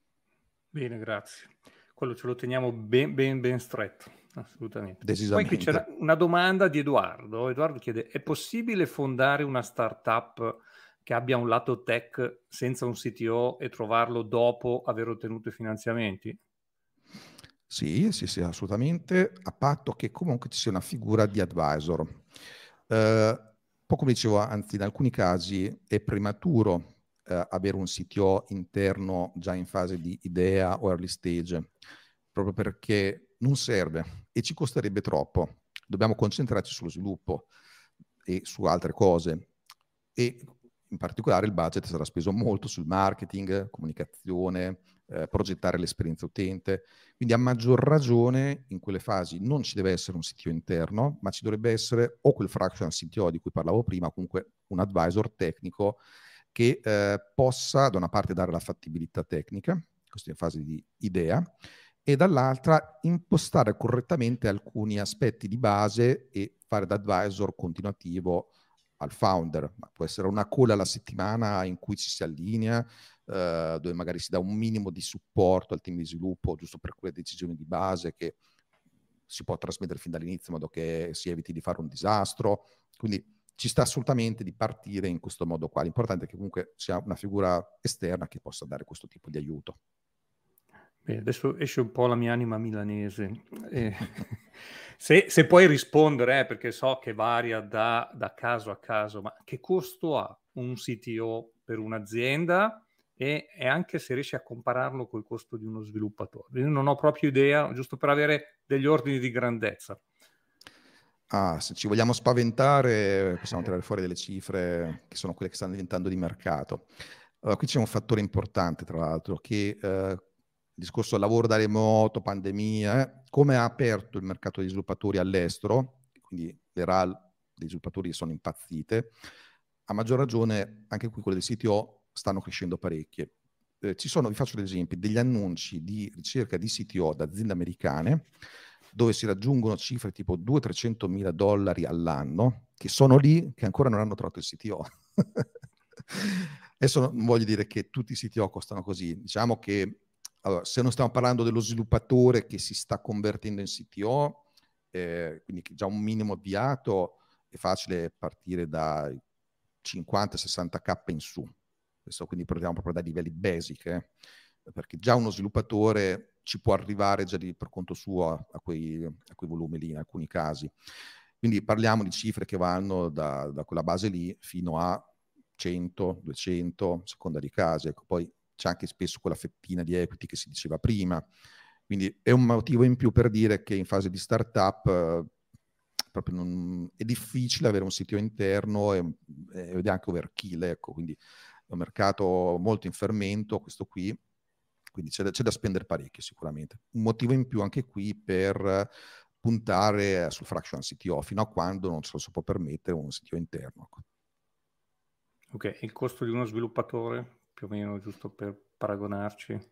Bene, grazie. Quello ce lo teniamo ben, ben, ben stretto, assolutamente. Decisamente. Poi qui c'era una domanda di Edoardo. Edoardo chiede, è possibile fondare una startup che abbia un lato tech senza un C T O e trovarlo dopo aver ottenuto i finanziamenti? Sì, sì, sì, assolutamente, a patto che comunque ci sia una figura di advisor. Eh, poi come dicevo, anzi in alcuni casi è prematuro eh, avere un C T O interno già in fase di idea o early stage. proprio perché non serve e ci costerebbe troppo. Dobbiamo concentrarci sullo sviluppo e su altre cose, e in particolare il budget sarà speso molto sul marketing, comunicazione, eh, progettare l'esperienza utente. Quindi a maggior ragione in quelle fasi non ci deve essere un C T O interno, ma ci dovrebbe essere o quel fractional C T O di cui parlavo prima, comunque un advisor tecnico che eh, possa da una parte dare la fattibilità tecnica, questo in fase di idea, e dall'altra impostare correttamente alcuni aspetti di base e fare da advisor continuativo al founder. Ma può essere una call alla settimana in cui ci si allinea, eh, dove magari si dà un minimo di supporto al team di sviluppo, giusto per quelle decisioni di base che si può trasmettere fin dall'inizio in modo che si eviti di fare un disastro. Quindi ci sta assolutamente di partire in questo modo qua. L'importante è che comunque sia una figura esterna che possa dare questo tipo di aiuto. Beh, adesso esce un po' la mia anima milanese. Eh, se, se puoi rispondere, eh, perché so che varia da, da caso a caso, ma che costo ha un C T O per un'azienda e, e anche se riesci a compararlo col costo di uno sviluppatore? Io non ho proprio idea, giusto per avere degli ordini di grandezza. Ah, se ci vogliamo spaventare, possiamo tirare fuori delle cifre che sono quelle che stanno diventando di mercato. Allora, qui c'è un fattore importante, tra l'altro, che eh, il discorso lavoro da remoto, pandemia, eh, come ha aperto il mercato degli sviluppatori all'estero, quindi le R A L degli sviluppatori sono impazzite, a maggior ragione anche qui quelle del C T O stanno crescendo parecchie. Eh, ci sono, vi faccio degli esempi, degli annunci di ricerca di C T O da aziende americane dove si raggiungono cifre tipo duecento mila dollari all'anno, che sono lì, che ancora non hanno trovato il C T O. Adesso non voglio dire che tutti i C T O costano così, diciamo che allora, se non stiamo parlando dello sviluppatore che si sta convertendo in C T O, eh, quindi già un minimo avviato, è facile partire dai cinquanta sessanta K in su. Questo quindi parliamo proprio da livelli basic, eh? Perché già uno sviluppatore ci può arrivare già di, per conto suo a, a, quei, a quei volumi lì in alcuni casi. Quindi parliamo di cifre che vanno da, da quella base lì fino a cento, duecento, seconda di casi. Ecco, poi c'è anche spesso quella fettina di equity che si diceva prima. Quindi è un motivo in più per dire che in fase di startup eh, proprio non, è difficile avere un C T O interno ed è anche overkill, ecco, quindi è un mercato molto in fermento questo qui, quindi c'è da, c'è da spendere parecchio sicuramente. Un motivo in più anche qui per puntare sul fractional C T O fino a quando non ce lo si può permettere un C T O interno. Ok, il costo di uno sviluppatore più o meno, giusto per paragonarci?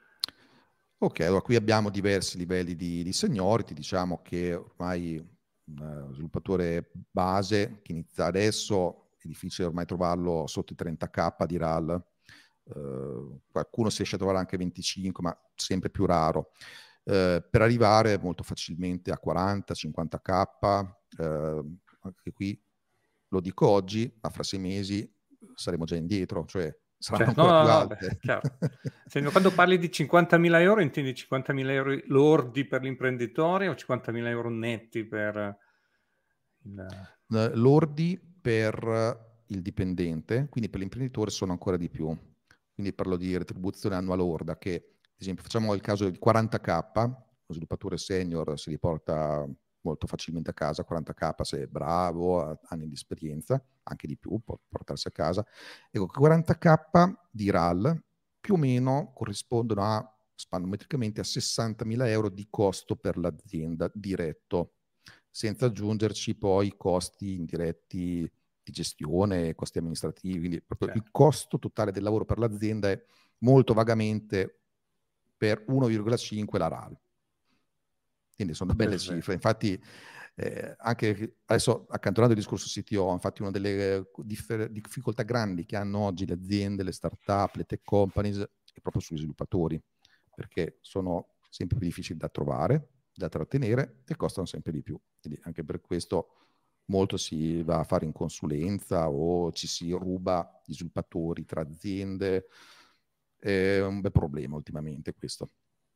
Ok, allora qui abbiamo diversi livelli di, di seniority, diciamo che ormai un sviluppatore base che inizia adesso è difficile ormai trovarlo sotto i trenta K di R A L, uh, qualcuno si riesce a trovare anche venticinque, ma sempre più raro, uh, per arrivare molto facilmente a quaranta cinquanta K, uh, anche qui lo dico oggi, ma fra sei mesi saremo già indietro, cioè saranno cioè, ancora no, più no, alte. Beh, chiaro. Cioè, quando parli di cinquantamila euro intendi cinquantamila euro lordi per l'imprenditore o cinquantamila euro netti per il... Lordi per il dipendente, quindi per l'imprenditore sono ancora di più. Quindi parlo di retribuzione annua lorda che, ad esempio, facciamo il caso di quaranta K, lo sviluppatore senior si riporta molto facilmente a casa, quaranta K se è bravo, ha anni di esperienza, anche di più, può portarsi a casa. Ecco, quaranta K di R A L più o meno corrispondono a, spannometricamente, a sessantamila euro di costo per l'azienda diretto, senza aggiungerci poi costi indiretti di gestione, costi amministrativi, quindi proprio certo. Il costo totale del lavoro per l'azienda è molto vagamente per uno virgola cinque la R A L. Quindi sono belle Perfetto. cifre. Infatti, eh, anche adesso accantonando il discorso C T O, infatti una delle differ- difficoltà grandi che hanno oggi le aziende, le start-up, le tech companies è proprio sugli sviluppatori, perché sono sempre più difficili da trovare, da trattenere e costano sempre di più. Quindi anche per questo molto si va a fare in consulenza o ci si ruba gli sviluppatori tra aziende. È un bel problema ultimamente questo.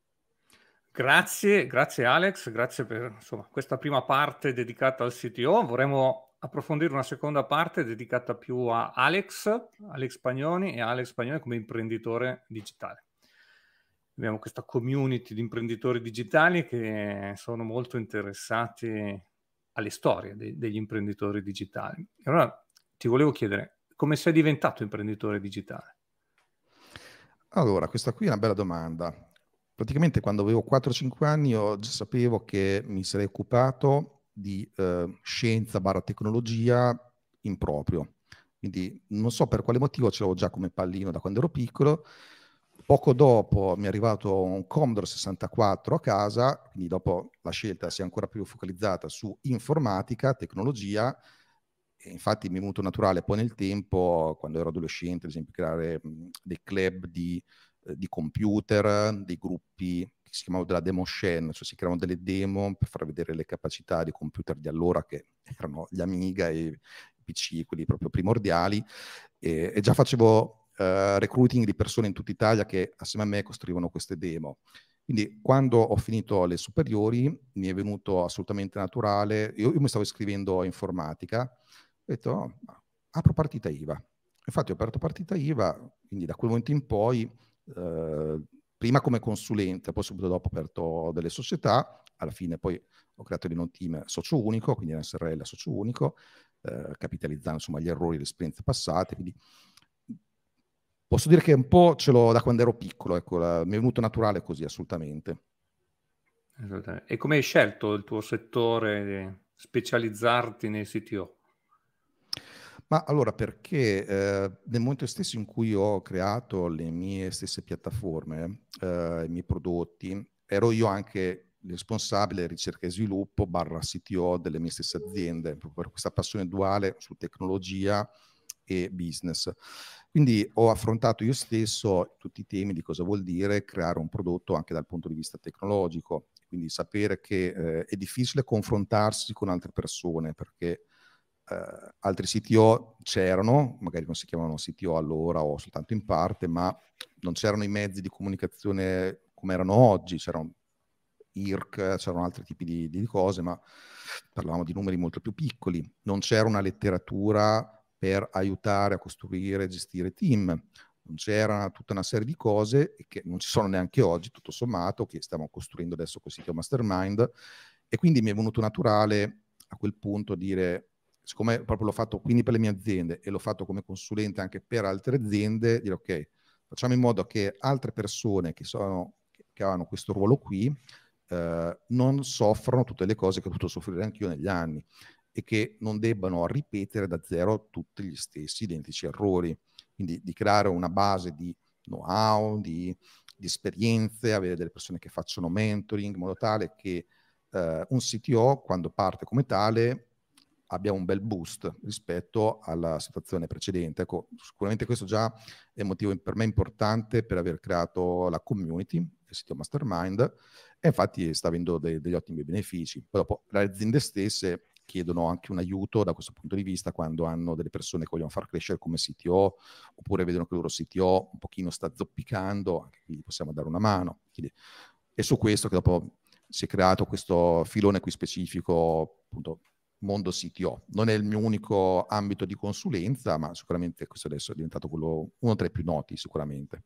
Grazie, grazie Alex, grazie per insomma, questa prima parte dedicata al C T O. Vorremmo approfondire una seconda parte dedicata più a Alex, Alex Pagnoni e Alex Pagnoni come imprenditore digitale. abbiamo questa community di imprenditori digitali che sono molto interessati alle storie de- degli imprenditori digitali. E allora ti volevo chiedere, come sei diventato imprenditore digitale? Allora, questa qui è una bella domanda. Praticamente quando avevo quattro cinque anni io già sapevo che mi sarei occupato di eh, scienza barra tecnologia in proprio. Quindi non so per quale motivo ce l'avevo già come pallino da quando ero piccolo. Poco dopo mi è arrivato un Commodore sessantaquattro a casa, quindi dopo la scelta si è ancora più focalizzata su informatica, tecnologia, e infatti mi è venuto naturale poi nel tempo, quando ero adolescente, ad esempio, creare mh, dei club di, eh, di computer, dei gruppi che si chiamavano della demo scene, cioè si creavano delle demo per far vedere le capacità dei computer di allora, che erano gli Amiga e i P C, quelli proprio primordiali, e, e già facevo Uh, recruiting di persone in tutta Italia che assieme a me costruivano queste demo. Quindi quando ho finito le superiori mi è venuto assolutamente naturale, io, io mi stavo iscrivendo a informatica, ho detto oh, apro partita I V A. Infatti ho aperto partita I V A, quindi da quel momento in poi, uh, prima come consulente, poi subito dopo ho aperto delle società, alla fine poi ho creato il non team socio unico, quindi una S R L socio unico, uh, capitalizzando insomma gli errori e le esperienze passate, quindi posso dire che un po' ce l'ho da quando ero piccolo, ecco, la, mi è venuto naturale così, assolutamente. E come hai scelto il tuo settore, specializzarti nei C T O? Ma allora, perché eh, nel momento stesso in cui ho creato le mie stesse piattaforme, eh, i miei prodotti, ero io anche il responsabile ricerca e sviluppo barra C T O delle mie stesse aziende, proprio per questa passione duale su tecnologia e business. Quindi ho affrontato io stesso tutti i temi di cosa vuol dire creare un prodotto anche dal punto di vista tecnologico, quindi sapere che eh, è difficile confrontarsi con altre persone perché eh, altri C T O c'erano, magari non si chiamavano C T O allora o soltanto in parte, ma non c'erano i mezzi di comunicazione come erano oggi, c'erano I R C, c'erano altri tipi di, di cose, ma parlavamo di numeri molto più piccoli, non c'era una letteratura per aiutare a costruire e gestire team, non c'era tutta una serie di cose che non ci sono neanche oggi, tutto sommato, che stiamo costruendo adesso con il sito Mastermind, e quindi mi è venuto naturale a quel punto dire, siccome proprio l'ho fatto quindi per le mie aziende e l'ho fatto come consulente anche per altre aziende, dire ok, facciamo in modo che altre persone che, sono, che hanno questo ruolo qui eh, non soffrano tutte le cose che ho dovuto soffrire anch'io negli anni e che non debbano ripetere da zero tutti gli stessi identici errori. Quindi di creare una base di know-how, di, di esperienze, avere delle persone che facciano mentoring, in modo tale che eh, un C T O, quando parte come tale, abbia un bel boost rispetto alla situazione precedente. Ecco, sicuramente questo già è un motivo per me importante per aver creato la community, il sito Mastermind, e infatti sta avendo de- degli ottimi benefici. Poi dopo le aziende stesse chiedono anche un aiuto da questo punto di vista quando hanno delle persone che vogliono far crescere come C T O, oppure vedono che il loro C T O un pochino sta zoppicando, anche qui possiamo dare una mano. Quindi, è su questo che dopo si è creato questo filone qui specifico, appunto, mondo C T O. Non è il mio unico ambito di consulenza, ma sicuramente questo adesso è diventato quello, uno tra i più noti, sicuramente.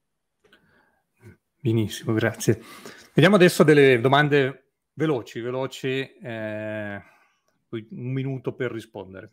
Benissimo, grazie. Vediamo adesso delle domande veloci, veloci, eh, un minuto per rispondere.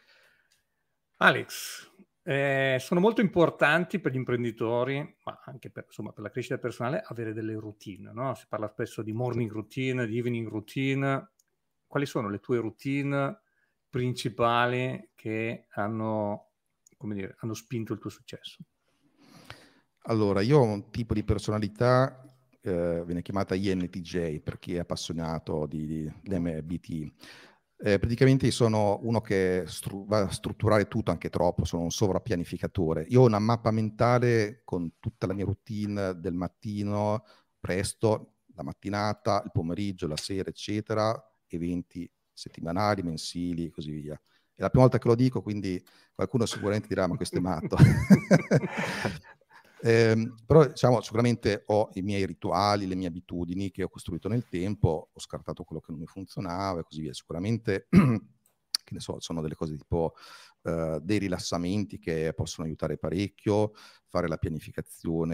Alex, eh, sono molto importanti per gli imprenditori, ma anche per, insomma, per la crescita personale, avere delle routine, no? Si parla spesso di morning routine, di evening routine. Quali sono le tue routine principali che hanno, come dire, hanno spinto il tuo successo? Allora, io ho un tipo di personalità, eh, viene chiamata I N T J per chi è appassionato di, di M B T. Eh, praticamente sono uno che stru- va a strutturare tutto anche troppo, sono un sovrappianificatore. Io ho una mappa mentale con tutta la mia routine del mattino, presto, la mattinata, il pomeriggio, la sera, eccetera, eventi settimanali, mensili e così via. È la prima volta che lo dico, quindi qualcuno sicuramente dirà ma questo è matto. Eh, però diciamo sicuramente ho i miei rituali, le mie abitudini che ho costruito nel tempo, ho scartato quello che non mi funzionava e così via. Sicuramente che ne so, sono delle cose tipo uh, dei rilassamenti che possono aiutare parecchio, fare la pianificazione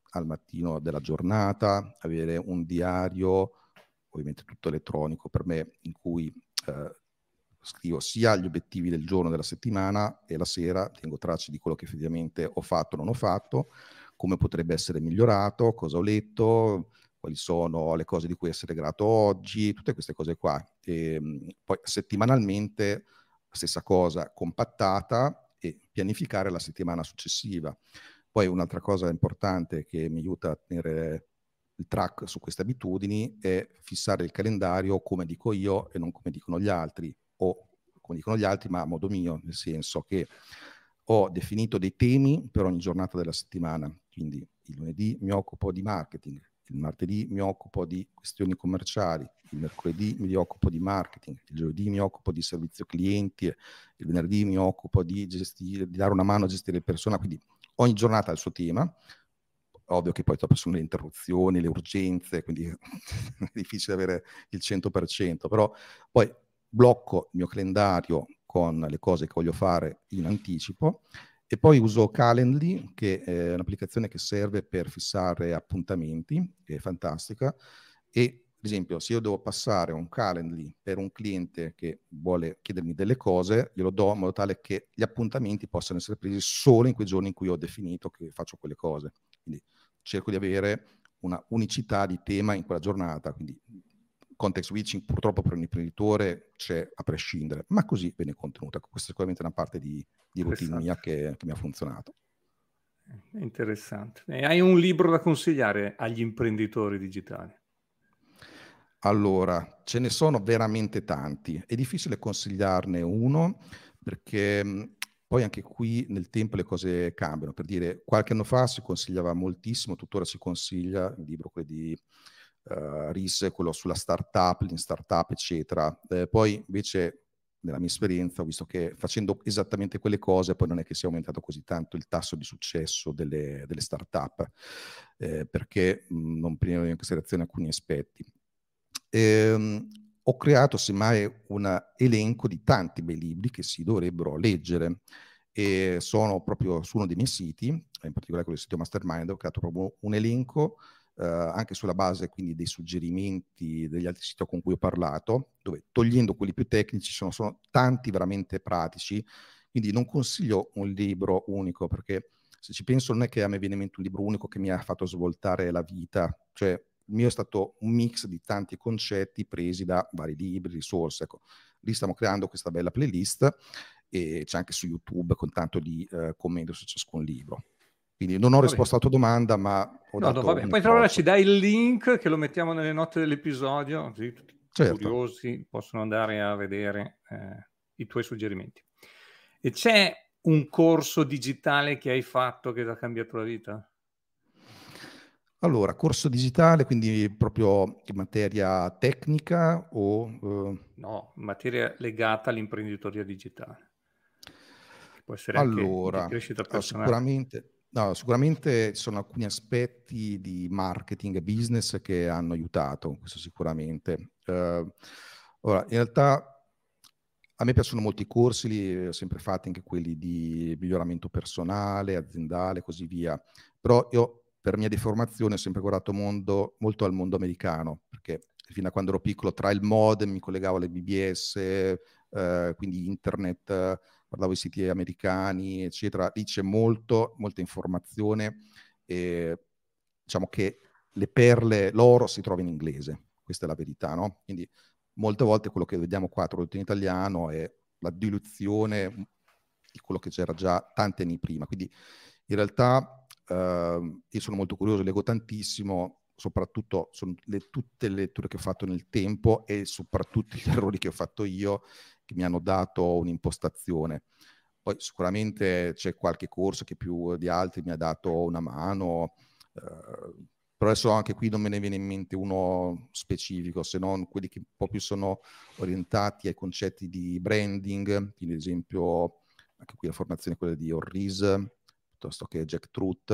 al mattino della giornata, avere un diario, ovviamente tutto elettronico per me, in cui eh, scrivo sia gli obiettivi del giorno, della settimana, e la sera tengo tracce di quello che effettivamente ho fatto o non ho fatto, come potrebbe essere migliorato, cosa ho letto, quali sono le cose di cui essere grato oggi, tutte queste cose qua. E, poi settimanalmente stessa cosa, compattata, e pianificare la settimana successiva. Poi un'altra cosa importante che mi aiuta a tenere il track su queste abitudini è fissare il calendario come dico io e non come dicono gli altri, o come dicono gli altri ma a modo mio, nel senso che ho definito dei temi per ogni giornata della settimana. Quindi il lunedì mi occupo di marketing, il martedì mi occupo di questioni commerciali, il mercoledì mi occupo di marketing, il giovedì mi occupo di servizio clienti, il venerdì mi occupo di gestire, di dare una mano a gestire le persone. Quindi ogni giornata ha il suo tema. Ovvio che poi dopo sono le interruzioni, le urgenze, quindi è difficile avere il cento per cento, però poi blocco il mio calendario con le cose che voglio fare in anticipo, e poi uso Calendly, che è un'applicazione che serve per fissare appuntamenti, che è fantastica. E ad esempio, se io devo passare un Calendly per un cliente che vuole chiedermi delle cose, glielo do in modo tale che gli appuntamenti possano essere presi solo in quei giorni in cui ho definito che faccio quelle cose. Quindi cerco di avere una unicità di tema in quella giornata. Quindi context switching purtroppo per un imprenditore c'è a prescindere, ma così viene contenuta. Questa è sicuramente una parte di, di routine mia che, che mi ha funzionato. Interessante. E hai un libro da consigliare agli imprenditori digitali? Allora, ce ne sono veramente tanti. È difficile consigliarne uno perché mh, poi anche qui nel tempo le cose cambiano. Per dire, qualche anno fa si consigliava moltissimo, tuttora si consiglia il libro quello di uh, Ries, quello sulla startup, l'in startup, eccetera. Eh, poi invece, nella mia esperienza, ho visto che facendo esattamente quelle cose poi non è che sia aumentato così tanto il tasso di successo delle, delle startup, eh, perché mh, non prendono in considerazione alcuni aspetti. Ehm, ho creato semmai un elenco di tanti bei libri che si dovrebbero leggere, e sono proprio su uno dei miei siti, in particolare quello del sito Mastermind. Ho creato proprio un elenco eh, anche sulla base quindi dei suggerimenti degli altri siti con cui ho parlato, dove togliendo quelli più tecnici sono, sono tanti veramente pratici. Quindi non consiglio un libro unico, perché se ci penso non è che a me viene in mente un libro unico che mi ha fatto svoltare la vita, cioè il mio è stato un mix di tanti concetti presi da vari libri, risorse. Ecco, lì stiamo creando questa bella playlist e c'è anche su YouTube con tanto di uh, commenti su ciascun libro. Quindi non ho risposto alla tua domanda, ma ho no, dato no, vabbè. un Poi tra l'altro ci dai il link che lo mettiamo nelle note dell'episodio, così tutti certo. curiosi possono andare a vedere eh, i tuoi suggerimenti. E c'è un corso digitale che hai fatto che ti ha cambiato la vita? Allora, corso digitale, quindi proprio in materia tecnica o... Uh... No, materia legata all'imprenditoria digitale. Che può essere allora, anche di crescita personale. Sicuramente, no, sicuramente ci sono alcuni aspetti di marketing e business che hanno aiutato, questo sicuramente. Uh, ora, in realtà a me piacciono molti corsi, li ho sempre fatti, anche quelli di miglioramento personale, aziendale e così via. Però io... per mia deformazione ho sempre guardato mondo, molto al mondo americano, perché fino a quando ero piccolo tra il modem mi collegavo alle B B S, eh, quindi internet, eh, guardavo i siti americani, eccetera. Lì c'è molto, molta informazione, e diciamo che le perle, l'oro si trova in inglese, questa è la verità, no? Quindi molte volte quello che vediamo qua tradotto in italiano è la diluzione di quello che c'era già tanti anni prima. Quindi in realtà Uh, io sono molto curioso, leggo tantissimo, soprattutto sono le, tutte le letture che ho fatto nel tempo e soprattutto gli errori che ho fatto io che mi hanno dato un'impostazione. Poi sicuramente c'è qualche corso che più di altri mi ha dato una mano, uh, però adesso anche qui non me ne viene in mente uno specifico, se non quelli che un po' più sono orientati ai concetti di branding, quindi ad esempio anche qui la formazione quella di Orris, piuttosto che Jack Truth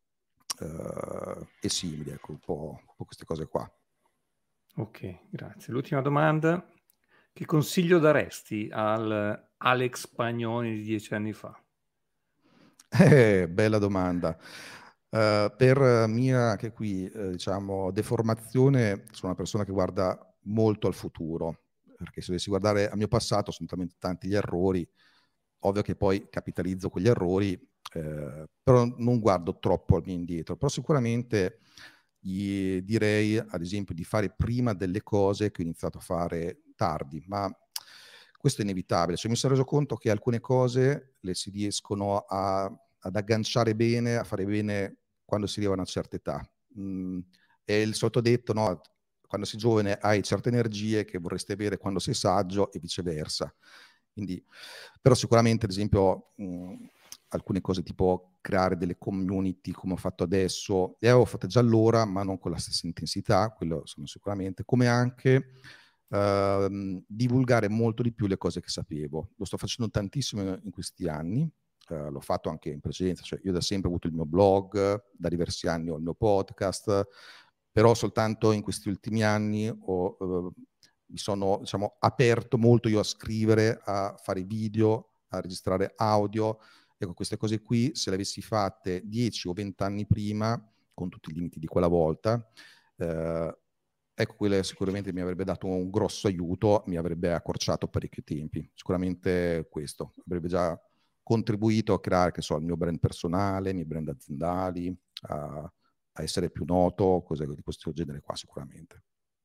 uh, e simili, ecco, un po', un po' queste cose qua. Ok, grazie. L'ultima domanda: che consiglio daresti al Alex Pagnoni di dieci anni fa? Eh, bella domanda. Uh, per mia, anche qui, eh, diciamo, deformazione, sono una persona che guarda molto al futuro, perché se dovessi guardare al mio passato sono talmente tanti gli errori, ovvio che poi capitalizzo quegli errori, eh, però non guardo troppo al mio indietro, però sicuramente gli direi, ad esempio, di fare prima delle cose che ho iniziato a fare tardi, ma questo è inevitabile. Cioè, mi sono reso conto che alcune cose le si riescono a, ad agganciare bene, a fare bene quando si arriva a una certa età. Mm, è il sottodetto, no? Quando sei giovane hai certe energie che vorresti avere quando sei saggio e viceversa. Quindi, però sicuramente, ad esempio, mh, alcune cose tipo creare delle community come ho fatto adesso, le avevo fatte già allora, ma non con la stessa intensità, quello sono sicuramente, come anche Uh, divulgare molto di più le cose che sapevo. Lo sto facendo tantissimo in questi anni, uh, l'ho fatto anche in precedenza, cioè io da sempre ho avuto il mio blog, da diversi anni ho il mio podcast, però soltanto in questi ultimi anni ho, uh, mi sono, diciamo, aperto molto io a scrivere, a fare video, a registrare audio. Ecco, queste cose qui, se le avessi fatte dieci o venti anni prima, con tutti i limiti di quella volta, uh, ecco, quello sicuramente mi avrebbe dato un grosso aiuto, mi avrebbe accorciato parecchio tempi. Sicuramente questo avrebbe già contribuito a creare, che so, il mio brand personale, i miei brand aziendali, a, a essere più noto, cose di questo genere qua sicuramente.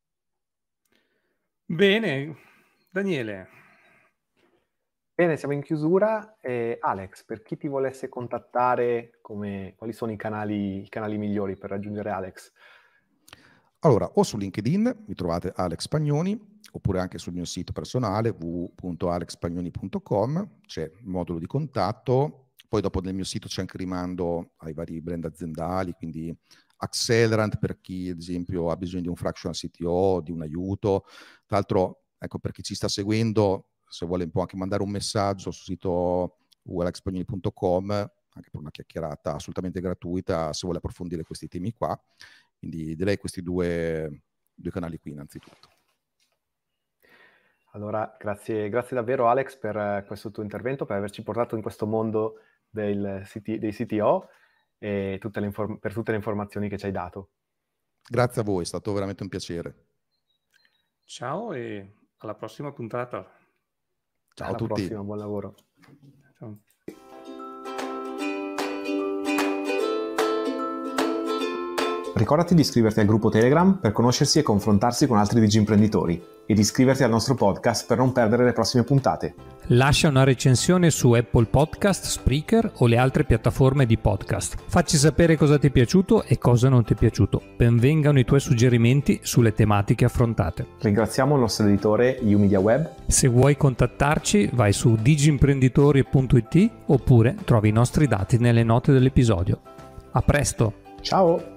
Bene, Daniele. Bene, siamo in chiusura. Eh, Alex, per chi ti volesse contattare, come, quali sono i canali, i canali migliori per raggiungere Alex? Allora, o su LinkedIn mi trovate Alex Spagnoni, oppure anche sul mio sito personale w w w punto alex spagnoni punto com, c'è il modulo di contatto, poi dopo nel mio sito c'è anche rimando ai vari brand aziendali, quindi Accelerant per chi ad esempio ha bisogno di un fractional C T O, di un aiuto. Tra l'altro, ecco, per chi ci sta seguendo, se vuole un po' anche mandare un messaggio sul sito w w w punto alex spagnoni punto com, anche per una chiacchierata assolutamente gratuita, se vuole approfondire questi temi qua. Quindi direi questi due, due canali qui innanzitutto. Allora, grazie, grazie davvero Alex per questo tuo intervento, per averci portato in questo mondo del C T, dei C T O e tutte le inform- per tutte le informazioni che ci hai dato. Grazie a voi, è stato veramente un piacere. Ciao e alla prossima puntata. Ciao alla a tutti. Alla prossima, buon lavoro. Ciao. Ricordati di iscriverti al gruppo Telegram per conoscersi e confrontarsi con altri digimprenditori e di iscriverti al nostro podcast per non perdere le prossime puntate. Lascia una recensione su Apple Podcast, Spreaker o le altre piattaforme di podcast. Facci sapere cosa ti è piaciuto e cosa non ti è piaciuto. Benvengano i tuoi suggerimenti sulle tematiche affrontate. Ringraziamo il nostro editore YouMedia Web. Se vuoi contattarci vai su digimprenditori punto it oppure trovi i nostri dati nelle note dell'episodio. A presto! Ciao!